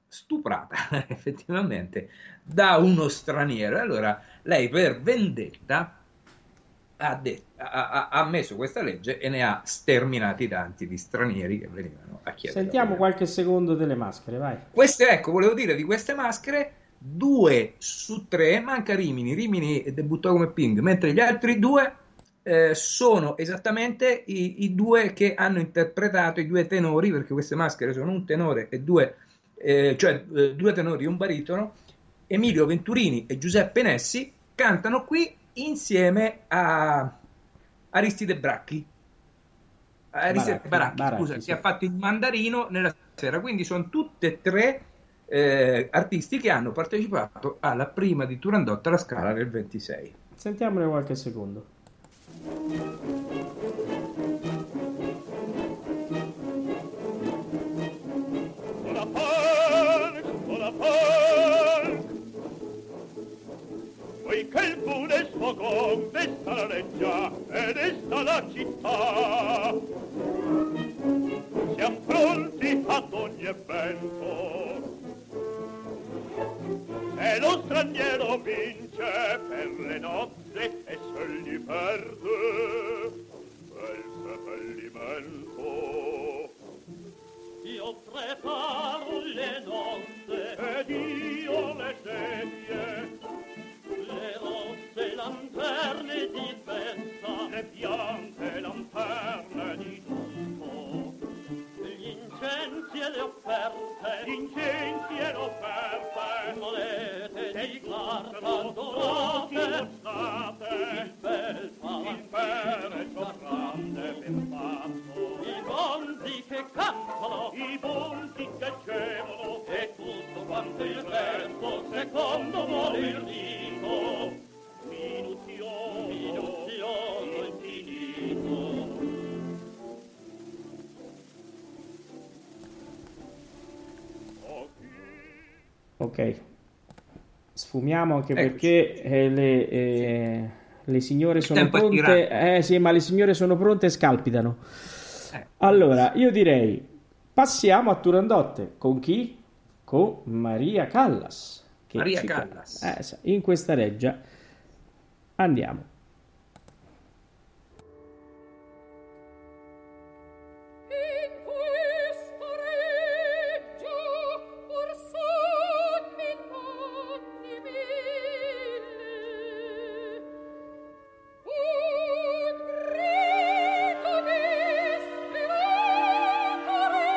stuprata effettivamente da uno straniero. E allora lei per vendetta ha, de- ha- ha- ha messo questa legge e ne ha sterminati tanti di stranieri che venivano a chiedere la Sentiamo propria. qualche secondo delle maschere, vai. Queste, ecco, volevo dire di queste maschere, due su tre, manca Rimini, Rimini debuttò come Ping, mentre gli altri due eh, sono esattamente i, i due che hanno interpretato i due tenori, perché queste maschere sono un tenore e due, eh, cioè eh, due tenori e un baritono. Emilio Venturini e Giuseppe Nessi cantano qui insieme a Aristide Bracchi. Aristide Baracchi, Baracchi, Baracchi, scusa, sì. che ha fatto il mandarino nella sera. Quindi sono tutte e tre eh, artisti che hanno partecipato alla prima di Turandot alla Scala del ventisei. Sentiamone qualche secondo. Bonaparte, Bonaparte, poiché il funesto contesta la reggia ed esta la città, siamo pronti ad ogni evento. Se lo straniero vince per le nozze e se gli perde per seppellimento. Io preparo le nozze ed io le serie, le rosse lanterne di festa, le bianche lanterne di luto, gli incensi e le offerte, gli incensi e le offerte, volete dei carta dorate, il bel palanchino grande ben fatto, i bonzi che cantano, i bonzi che cemono, e tutto quanto il resto secondo vuole il rito, minuzioso, minuzioso infinito. Ok, sfumiamo anche Eccoci. perché eh, le, eh, le signore Il sono tempo è pronte. tirato. Eh sì, ma le signore sono pronte e scalpitano. Eh, Allora, io direi passiamo a Turandotte. Con chi? Con Maria Callas. Che Maria ci- Callas. eh, sa- in questa reggia andiamo. In questa reggia or son inganni mille, un grido disperato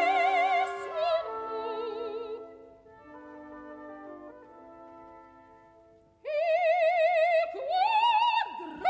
risuonò. E quod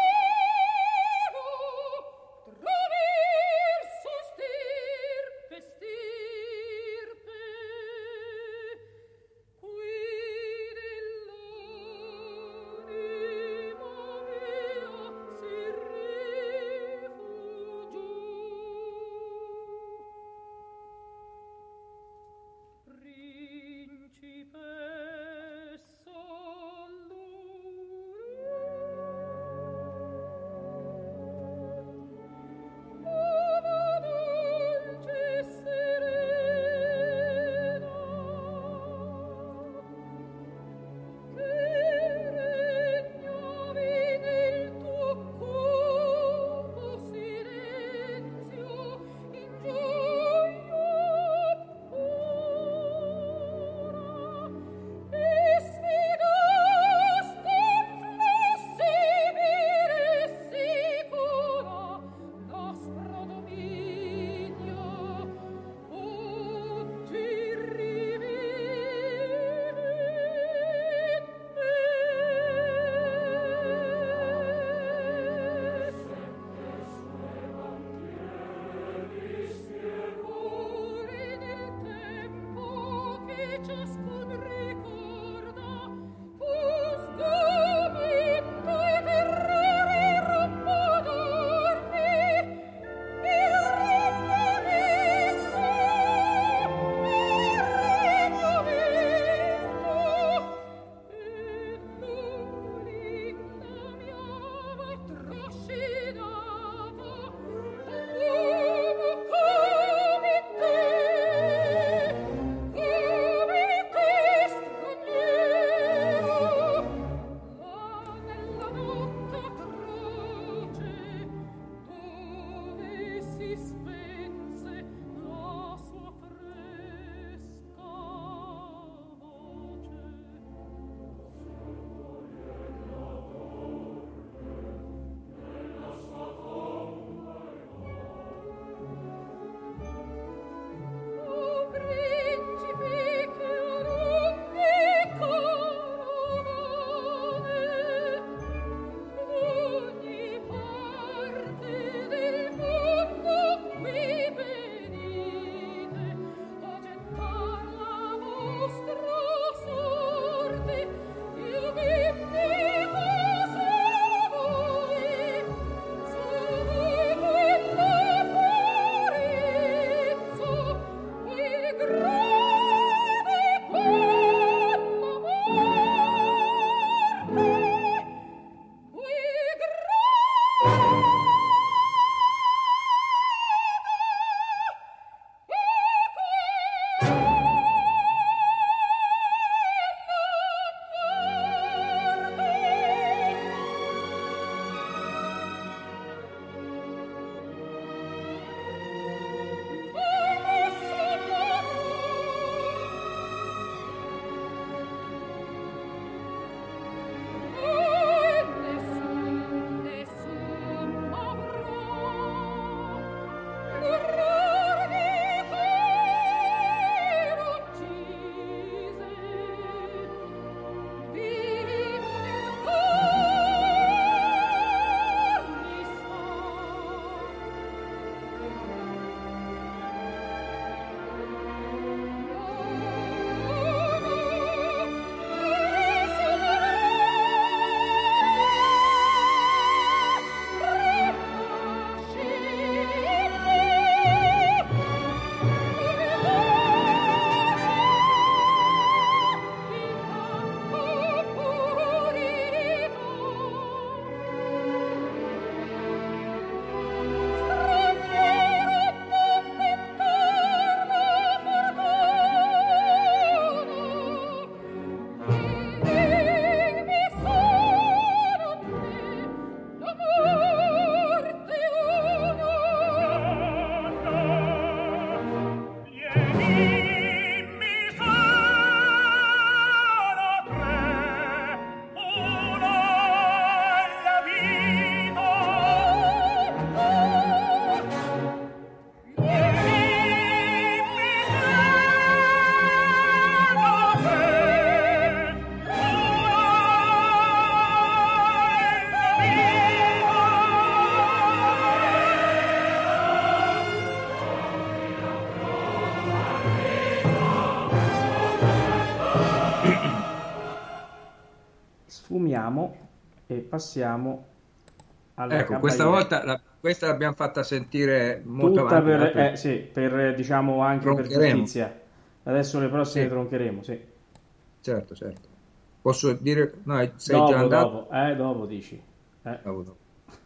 fermiamo e passiamo alla Ecco, questa Caballé. volta la- questa l'abbiamo fatta sentire molto Tutta avanti. per, l'altra- eh, sì, per diciamo anche per Troncheremo. giustizia. Adesso le prossime Sì, troncheremo, sì. certo, certo. Posso dire, no, sei Dopo, già andato? dopo, eh, dopo dici. Eh. Dopo, dopo.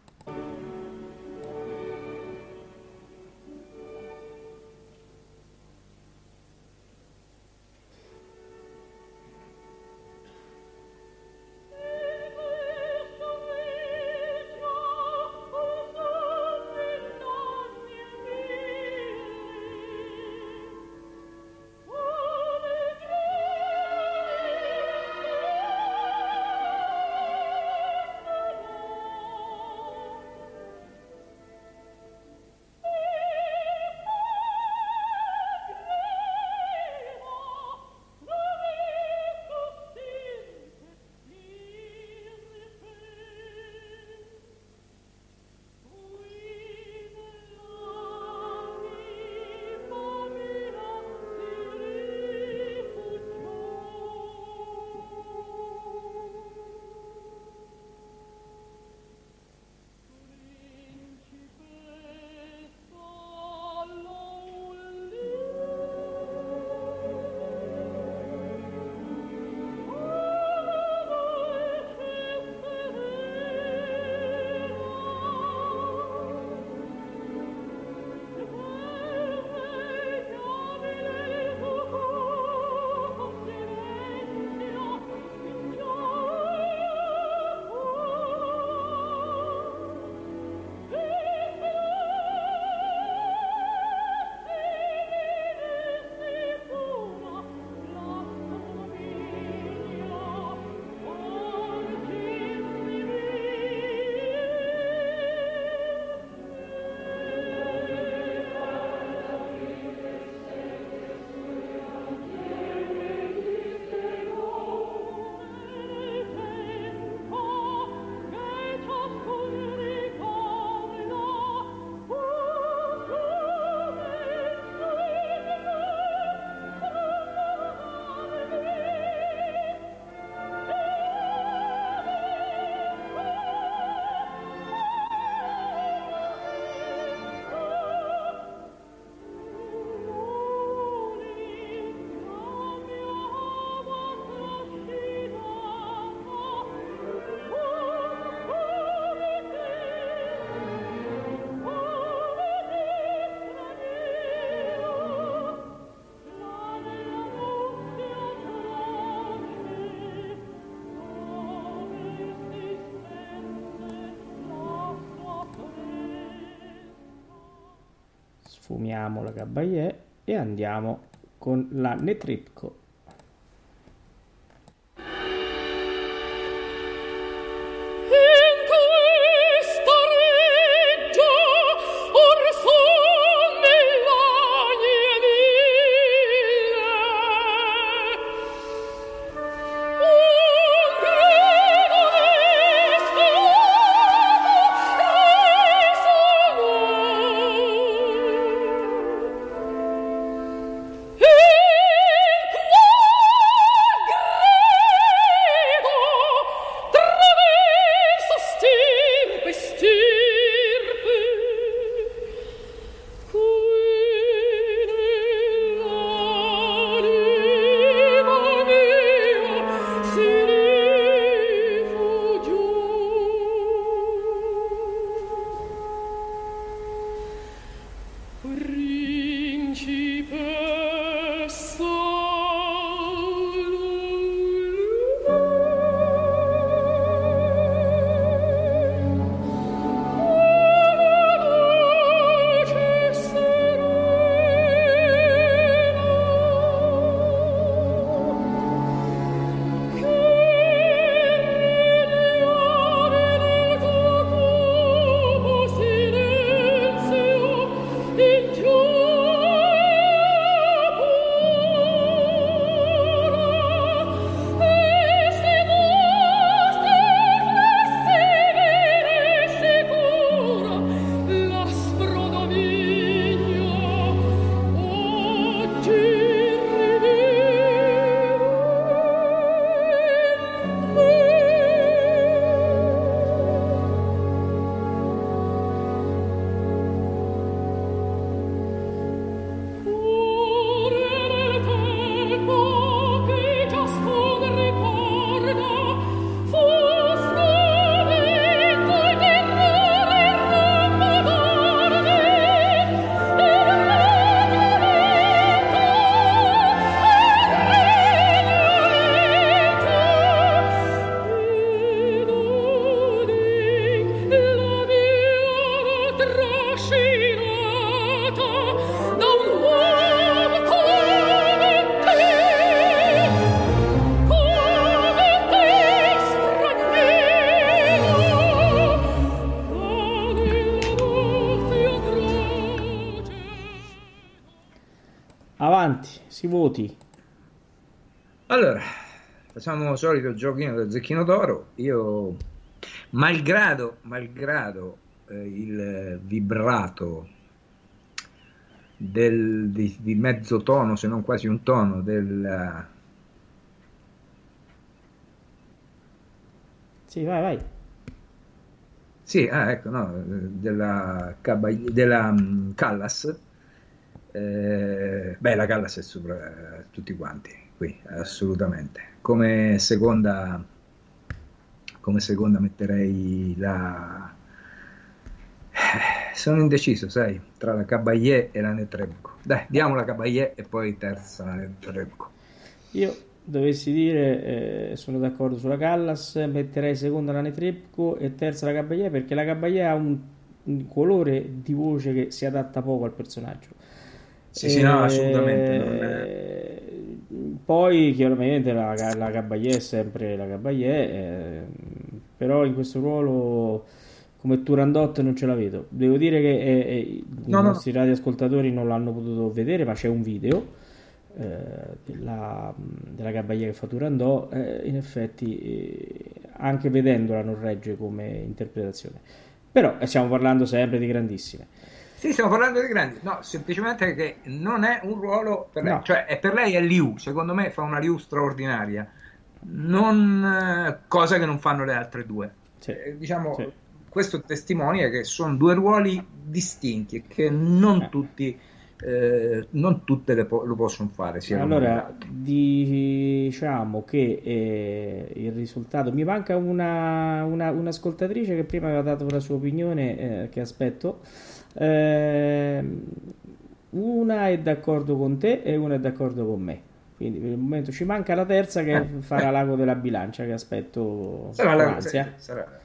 Sfumiamo la Caballé e andiamo con la Netripko. In questa reggia or son nell'agne mille un grido risonò in avanti, si voti. Allora, facciamo il solito giochino del Zecchino d'Oro. Io, malgrado, malgrado eh, il vibrato del, di, di mezzo tono, se non quasi un tono, del... Sì, vai, vai. Sì, ah, ecco, no, della, Cabagli- della um, Callas. Eh, beh, la Callas è sopra eh, tutti quanti, qui, assolutamente. Come seconda, come seconda metterei la... Sono indeciso, sai, tra la Caballé e la Netrebko. Dai, diamo la Caballé e poi terza la Netrebko. Io dovessi dire, eh, sono d'accordo sulla Callas, metterei seconda la Netrebko e terza la Caballé, perché la Caballé ha un, un colore di voce che si adatta poco al personaggio. Sì, sì, no, Eh, assolutamente. Non è... Poi chiaramente la, la Caballé è sempre la Caballé, eh, però in questo ruolo come Turandot non ce la vedo. Devo dire che eh, eh, i No, no, nostri radioascoltatori non l'hanno potuto vedere, ma c'è un video eh, della, della Caballé che fa Turandot. Eh, in effetti, eh, anche vedendola non regge come interpretazione. Però eh, stiamo parlando sempre di grandissime. Sì, stiamo parlando di grandi, no, semplicemente che non è un ruolo per lei, No. cioè è per lei è Liu, secondo me fa una Liu straordinaria, non, eh, cosa che non fanno le altre due. Sì, Eh, diciamo, sì. questo testimonia che sono due ruoli distinti e che non Eh. tutti, eh, non tutte le po- lo possono fare. Sia Allora, diciamo che eh, il risultato mi manca una, una, un'ascoltatrice che prima aveva dato la sua opinione, eh, che aspetto. Eh, una è d'accordo con te e una è d'accordo con me. Quindi per il momento ci manca la terza che Eh, farà eh. l'ago della bilancia, che aspetto sarà con la, ansia. sarà-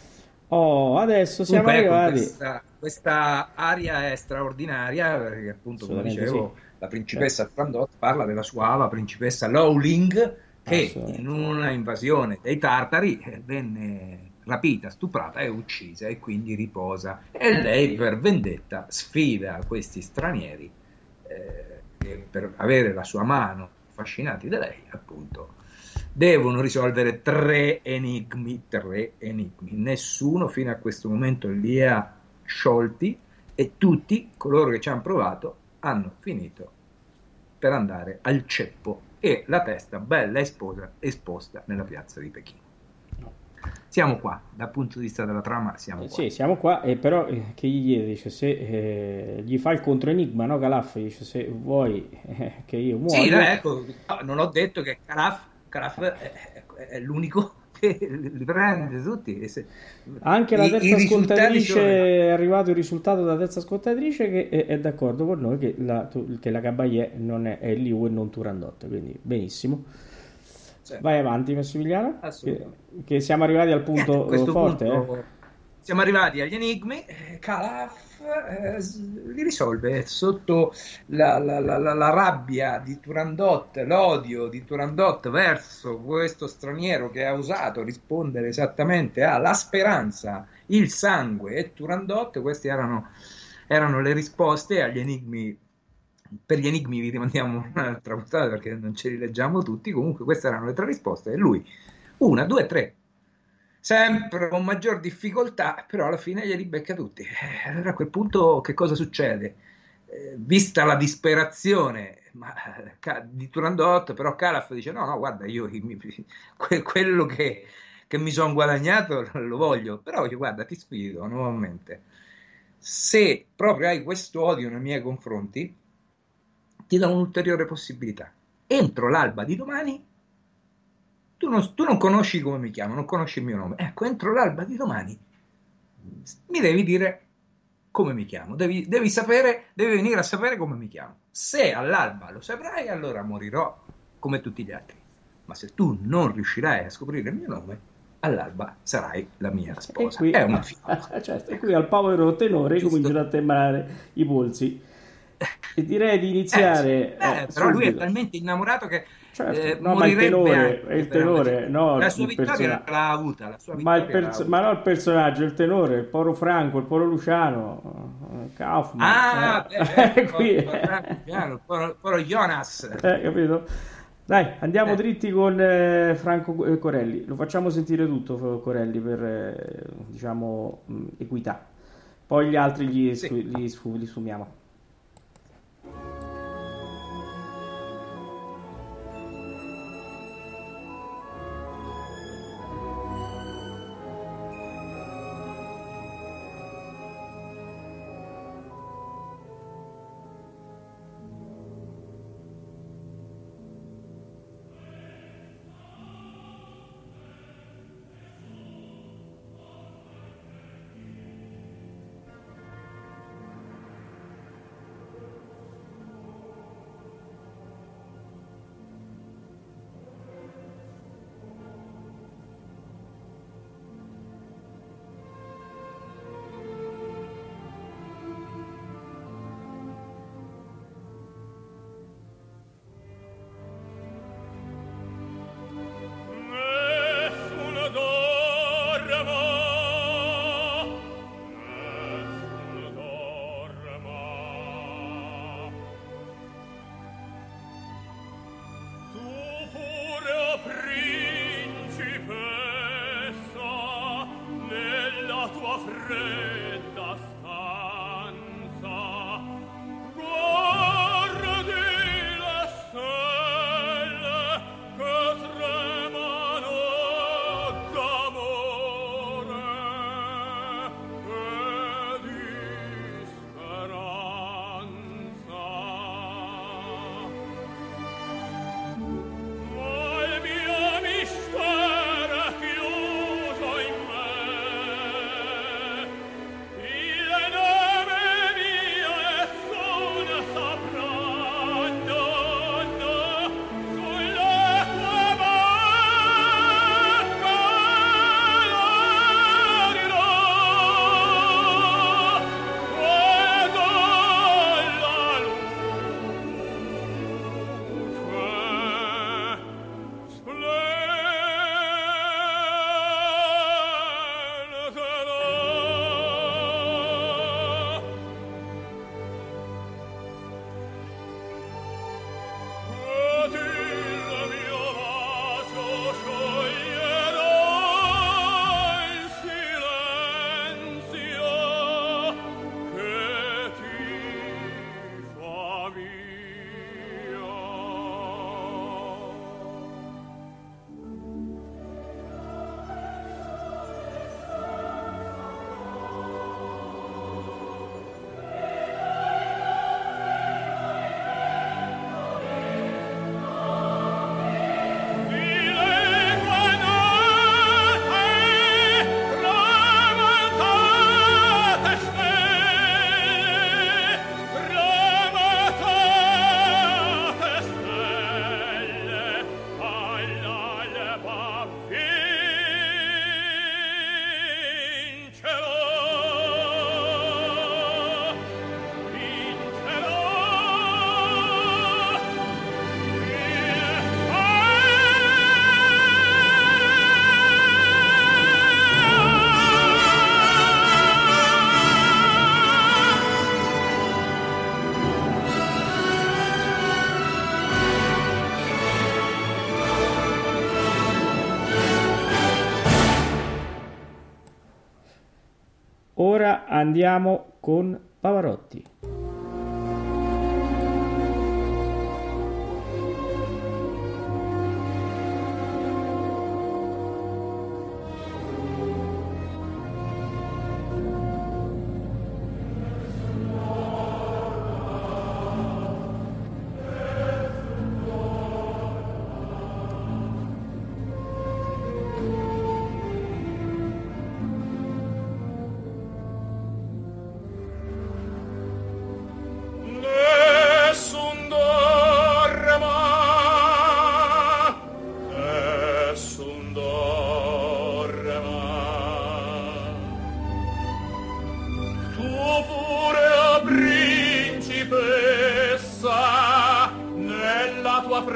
Oh, adesso siamo Comunque, ecco, arrivati. questa, questa aria è straordinaria perché appunto, come Assolutamente dicevo, sì. la principessa Turandot parla della sua ava principessa Lowling che Assolutamente. in una invasione dei tartari eh, venne rapita, stuprata e uccisa e quindi riposa, e lei per vendetta sfida questi stranieri eh, che per avere la sua mano affascinati da lei appunto devono risolvere tre enigmi, tre enigmi. Nessuno fino a questo momento li ha sciolti e tutti coloro che ci hanno provato hanno finito per andare al ceppo e la testa bella esposa, esposta nella piazza di Pechino. Siamo qua, dal punto di vista della trama siamo Eh, qua. Sì, siamo qua, e però eh, che gli chiede, dice se eh, gli fa il controenigma, no? Calaf dice se vuoi eh, che io muoia. Sì, no, ecco, no, non ho detto che Calaf, Calaf è, è l'unico che li prende tutti. E se- Anche la i- terza i risultati ascoltatrice sono- è arrivato il risultato della terza ascoltatrice che è, è d'accordo con noi che la, tu- che la Caballé non è, è Liu e non Turandot, quindi benissimo. Cioè, Vai avanti Massimiliano, che, Assolutamente. che siamo arrivati al niente, punto a questo forte. punto eh. siamo arrivati agli enigmi. eh, Calaf eh, s- li risolve sotto la, la- la- la- la rabbia di Turandot, l'odio di Turandot verso questo straniero che ha osato rispondere esattamente alla speranza, il sangue e Turandot. Queste erano, erano le risposte agli enigmi. Per gli enigmi vi rimandiamo un'altra puntata perché non ce li leggiamo tutti. Comunque queste erano le tre risposte e lui una, due, tre, sempre con maggior difficoltà, però alla fine glieli becca tutti. Eh, allora a quel punto che cosa succede? Eh, vista la disperazione ma, ca- di Turandot, però Calaf dice no, no, guarda, io mi- que- quello che, che mi sono guadagnato lo voglio, però io, guarda, ti sfido nuovamente. Se proprio hai questo odio nei miei confronti, ti do un'ulteriore possibilità. Entro l'alba di domani, tu non, tu non conosci come mi chiamo, non conosci il mio nome. Ecco, entro l'alba di domani mi devi dire come mi chiamo, devi, devi sapere, devi venire a sapere come mi chiamo. Se all'alba lo saprai, allora morirò come tutti gli altri. Ma se tu non riuscirai a scoprire il mio nome, all'alba sarai la mia E sposa. qui, È una figata. cioè, e qui al povero tenore Giusto. cominciano a tembrare i polsi. E direi di Eh, sì. iniziare Eh, eh, però lui è subito. talmente innamorato che Certo, eh, no, ma il morirebbe tenore, anche è il per una tenore, no, la sua il vittoria persona- l'ha avuta, la sua ma, il vittoria l'ha perso- avuta. ma no il personaggio, il tenore, il poro Franco, il poro Luciano, eh, Kaufman, Ah, eh, beh, certo, eh, qui, poro- poro- chiaro, poro- poro Jonas. eh, capito? Dai, andiamo Eh. dritti con eh, Franco eh, Corelli, lo facciamo sentire tutto F- Corelli per, eh, diciamo, mh, equità, poi gli altri gli, Sì. sfu- gli sfu- li sfumiamo. Nessuno dorma, nessuno dorma. Tu pure, o principessa, nella tua fredda stanza, guardi le stelle che tremano d'amore e di speranza. Ma il mio mistero è chiuso in me, il nome mio nessuno saprà, no, no, sulle tue bocche lo dirò, quando la luce Ora andiamo con Pavarotti.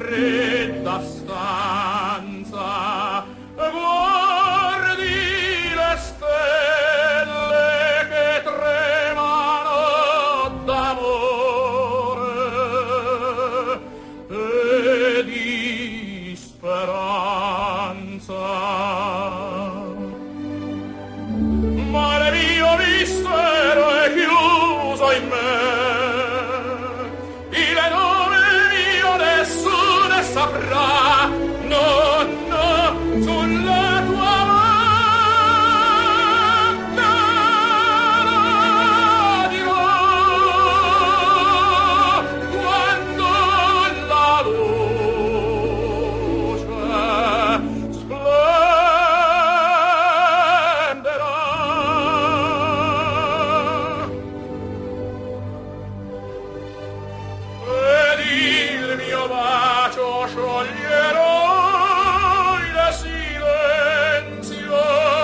fredda stanza, guardi le stelle che tremano d'amore e di speranza. Ma il mio mistero è chiuso in me, il nome mio nessuno saprà, no, no, sulla tua bocca lo dirò quando la luce splenderà. Ed il mio bacio scioglierò il silenzio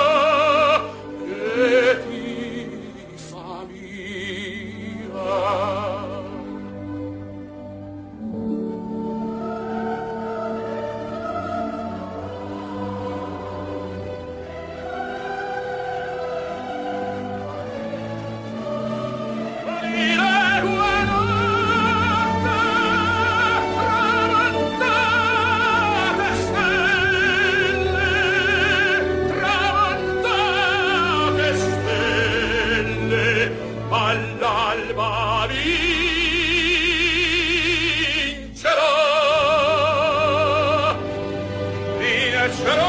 che ti fa mia. Di legua notte tramontate stelle, tramontate stelle, all'alba vincerò, vincerò,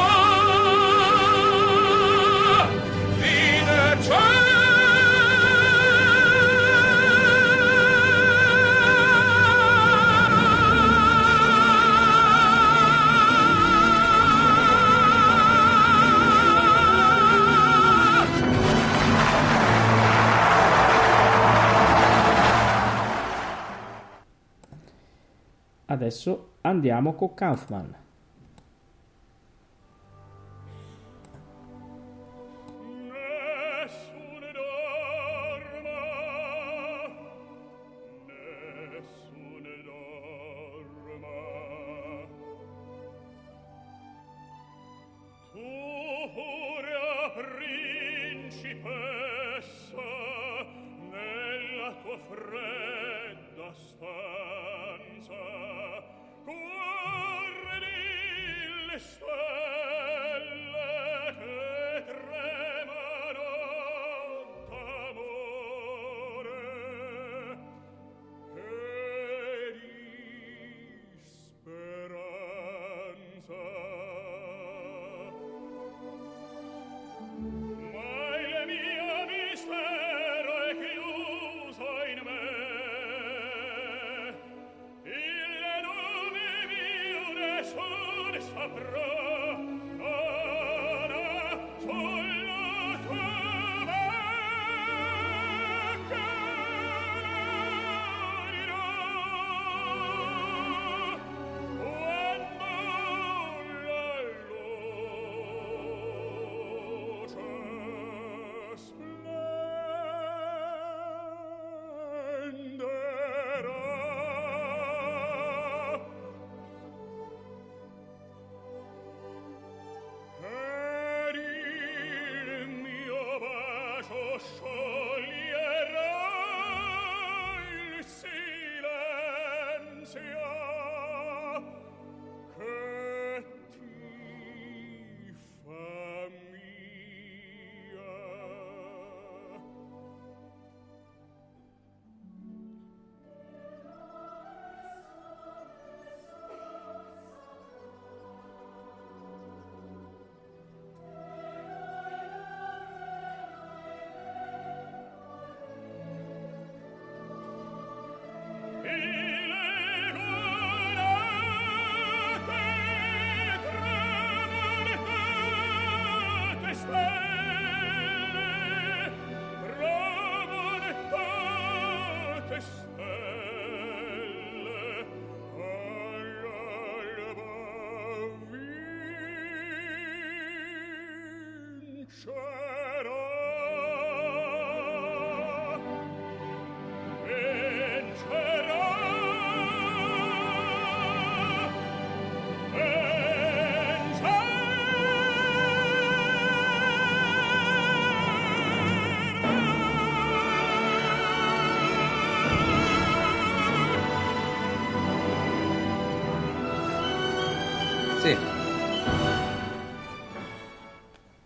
Adesso andiamo con Kaufman. Nessuno dorma, nessuno dorma. Tu furia principessa, nella tua fredda stanza, guardi le stelle che tremano d'amore e di speranza. Ma il mio mistero è chiuso in me, il nome mio nessuno saprà,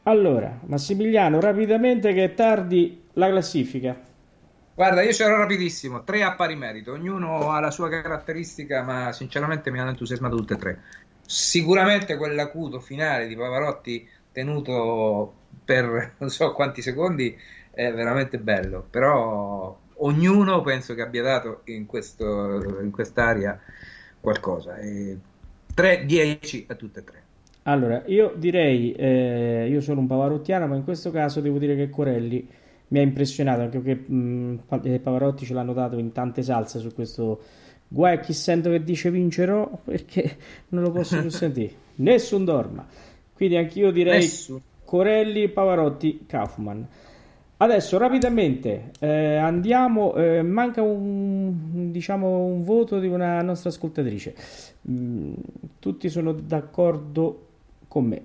Allora, Massimiliano, rapidamente che è tardi, la classifica. Guarda, io c'ero rapidissimo, tre a pari merito, ognuno ha la sua caratteristica, ma sinceramente mi hanno entusiasmato tutte e tre. Sicuramente quell'acuto finale di Pavarotti tenuto per non so quanti secondi è veramente bello, però ognuno penso che abbia dato in questo, in quest'area qualcosa. E tre dieci a tutte e tre. Allora, io direi, eh, io sono un pavarottiano, ma in questo caso devo dire che Corelli mi ha impressionato, anche perché mh, Pa- eh, Pavarotti ce l'hanno dato in tante salse su questo. Guai a chi sento che dice vincerò, perché non lo posso più sentire. Nessun dorma. Quindi anch'io direi Nessuno. Corelli, Pavarotti, Kaufman. Adesso rapidamente eh, andiamo, eh, manca un, diciamo, un voto di una nostra ascoltatrice. Mm, tutti sono d'accordo con me.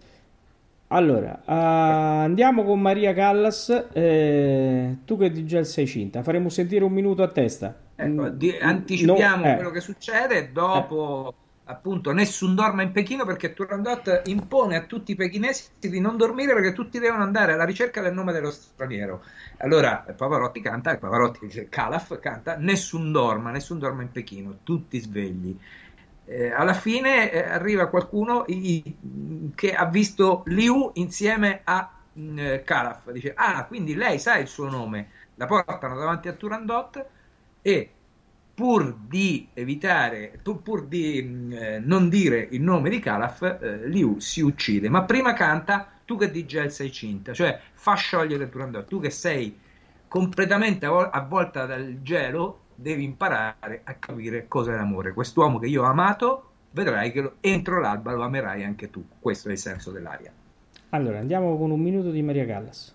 Allora, ah, andiamo con Maria Callas. Eh, tu che D J sei cinta, faremo sentire un minuto a testa. Ecco, Mm, di- no, anticipiamo eh, quello che succede eh, dopo appunto Nessun dorma in Pechino, perché Turandot impone a tutti i pechinesi di non dormire perché tutti devono andare alla ricerca del nome dello straniero. Allora Pavarotti canta, e Pavarotti dice, Calaf canta Nessun dorma, nessun dorma in Pechino, tutti svegli. Eh, alla fine eh, arriva qualcuno i- che ha visto Liu insieme a mh, eh, Calaf, dice, ah, quindi lei sa il suo nome, la portano davanti a Turandot e pur di evitare, pur, pur di mh, eh, non dire il nome di Calaf, eh, Liu si uccide, ma prima canta tu che di gel sei cinta, cioè fa sciogliere Turandot, tu che sei completamente avvol- avvolta dal gelo, devi imparare a capire cos'è l'amore. Quest'uomo che io ho amato, vedrai che lo- entro l'alba lo amerai anche tu. Questo è il senso dell'aria. allora andiamo con un minuto di Maria Callas.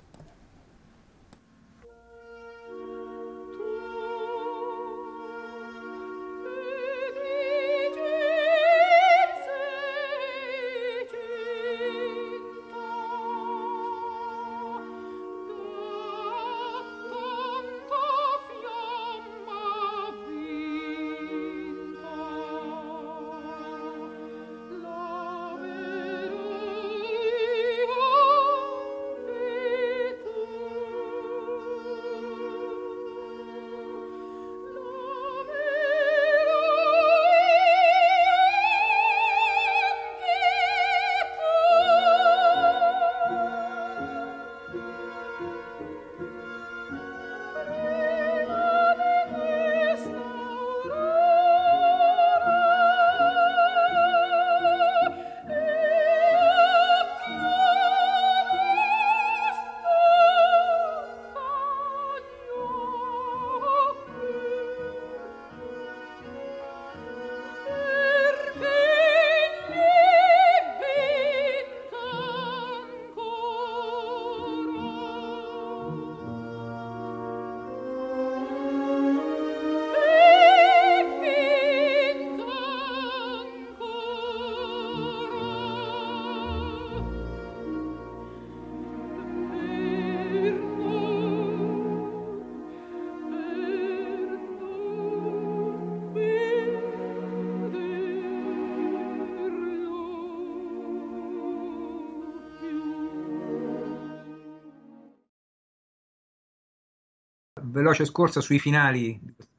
Veloce scorsa sui finali.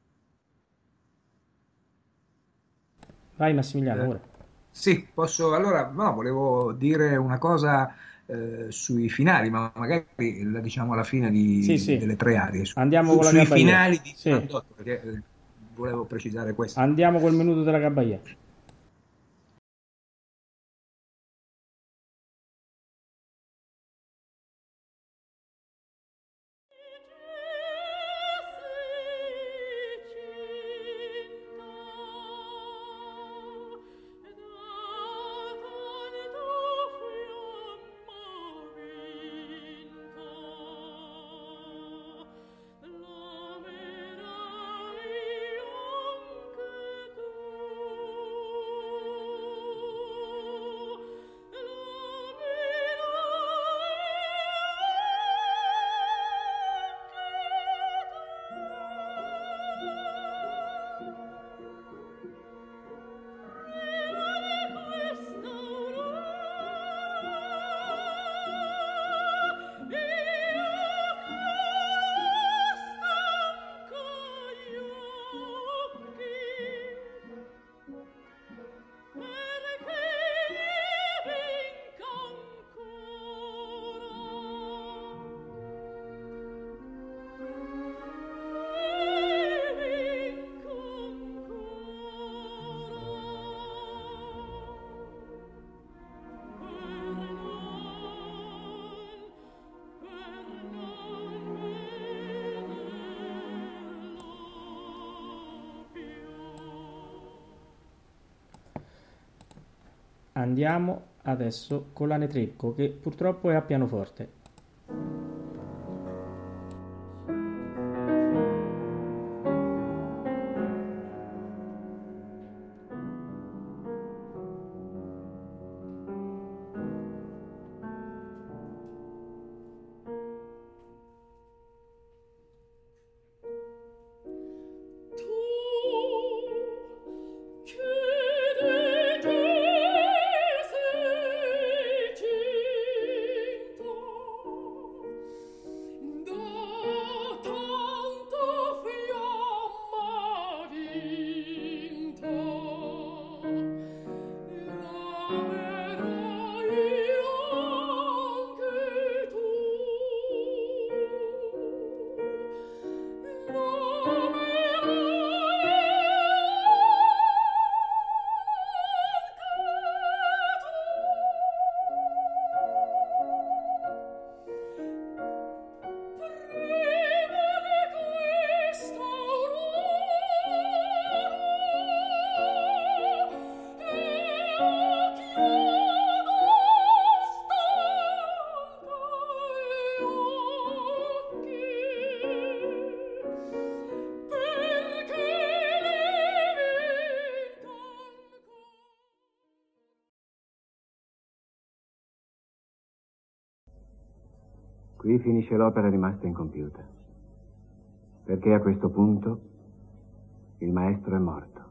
Vai Massimiliano, Eh, ora. sì, posso. Allora, no, volevo dire una cosa eh, sui finali, ma magari la diciamo alla fine Sì, di- sì, delle tre aree. Su- andiamo su- con la sui Caballé. finali di Sì, Turandot, perché eh, volevo precisare questo. andiamo col minuto della Caballé. L'amerai anche tu. andiamo adesso con la Netrebko, che purtroppo è a pianoforte. Qui finisce l'opera rimasta incompiuta, perché a questo punto il maestro è morto.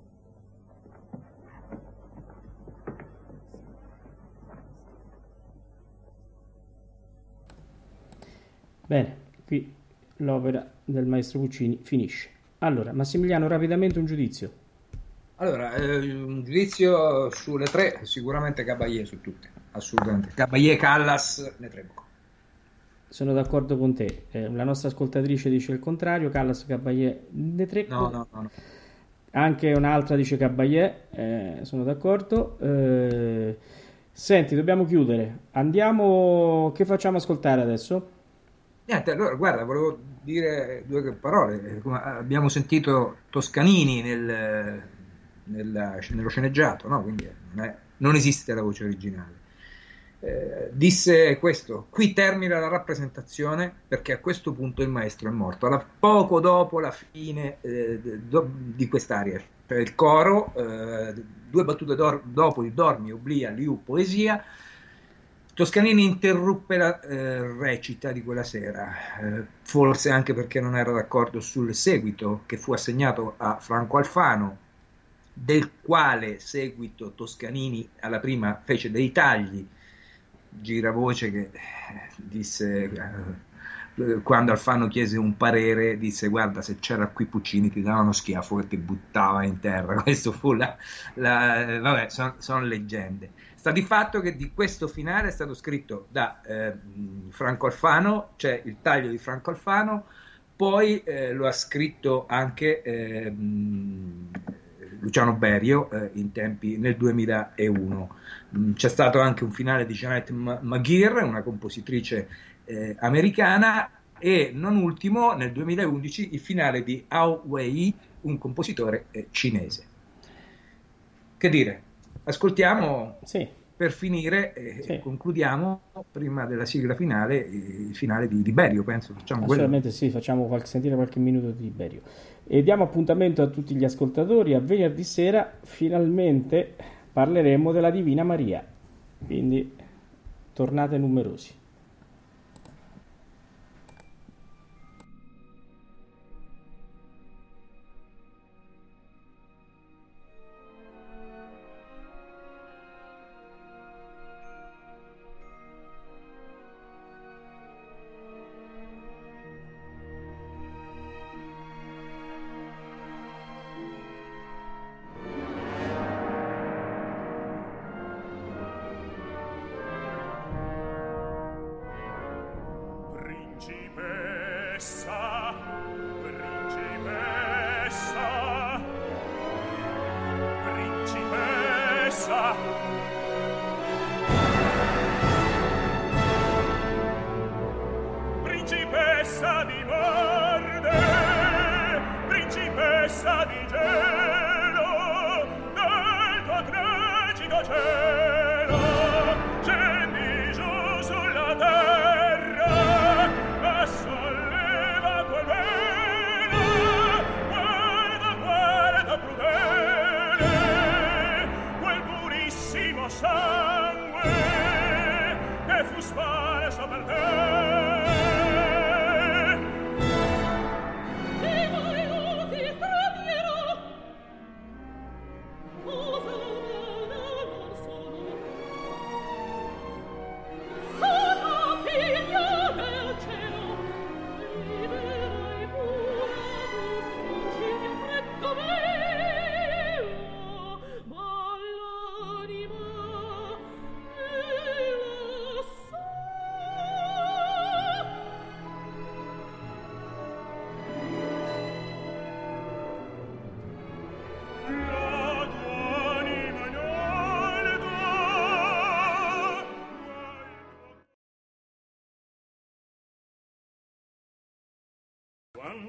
Bene, qui l'opera del maestro Puccini finisce. Allora, Massimiliano, rapidamente un giudizio. Allora, eh, un giudizio sulle tre, sicuramente Caballé su tutte, assolutamente. Caballé, Callas, Netrebko. Sono d'accordo con te. Eh, la nostra ascoltatrice dice il contrario. Callas, Caballé, Netrebko. No, no, no, no. Anche un'altra dice Caballé. Eh, sono d'accordo. Eh, senti, dobbiamo chiudere. Andiamo. Che facciamo ascoltare adesso? Niente, allora, guarda, volevo dire due parole. Abbiamo sentito Toscanini nel, nella, nello sceneggiato, no? Quindi non, è, non esiste la voce originale. Eh, disse questo: qui termina la rappresentazione perché a questo punto il maestro è morto. Alla, poco dopo la fine eh, do, di quest'aria, cioè il coro, eh, due battute dopo di Dormi, Oublia, Liu, Poesia, Toscanini interruppe la eh, recita di quella sera, eh, forse anche perché non era d'accordo sul seguito che fu assegnato a Franco Alfano, del quale seguito Toscanini alla prima fece dei tagli. Giravoce che disse, eh, quando Alfano chiese un parere, disse: guarda, se c'era qui Puccini ti dava uno schiaffo che ti buttava in terra. Questo fu la, la vabbè, sono son leggende. Sta di fatto che di questo finale è stato scritto da eh, Franco Alfano, c'è il taglio di Franco Alfano, poi eh, lo ha scritto anche eh, Luciano Berio eh, in tempi nel duemilauno. C'è stato anche un finale di Janet McGeer, una compositrice eh, americana, e non ultimo nel duemilaundici il finale di Hao Wei, un compositore eh, cinese. Che dire, ascoltiamo sì. per finire e sì. concludiamo prima della sigla finale il finale di, di Berio, penso. Facciamo assolutamente quello. Sì, facciamo qualche, sentire qualche minuto di Berio. E diamo appuntamento a tutti gli ascoltatori a venerdì sera, finalmente parleremo della Divina Maria, quindi tornate numerosi. Principessa, principessa, principessa, principessa di verde, principessa di gelo, del tuo tragico cielo.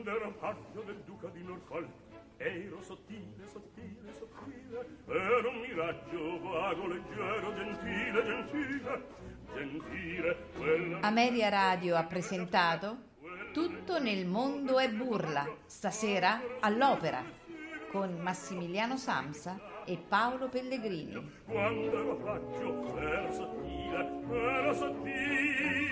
quando era paggio del duca di Norfolk, ero sottile, sottile, sottile, ero un miraggio vago, leggero, gentile, gentile, gentile, quella... Ameria Radio ha presentato Tutto nel mondo è burla, stasera all'Opera, con Massimiliano Samsa e Paolo Pellegrini. Quando ero paggio, era sottile, era sottile,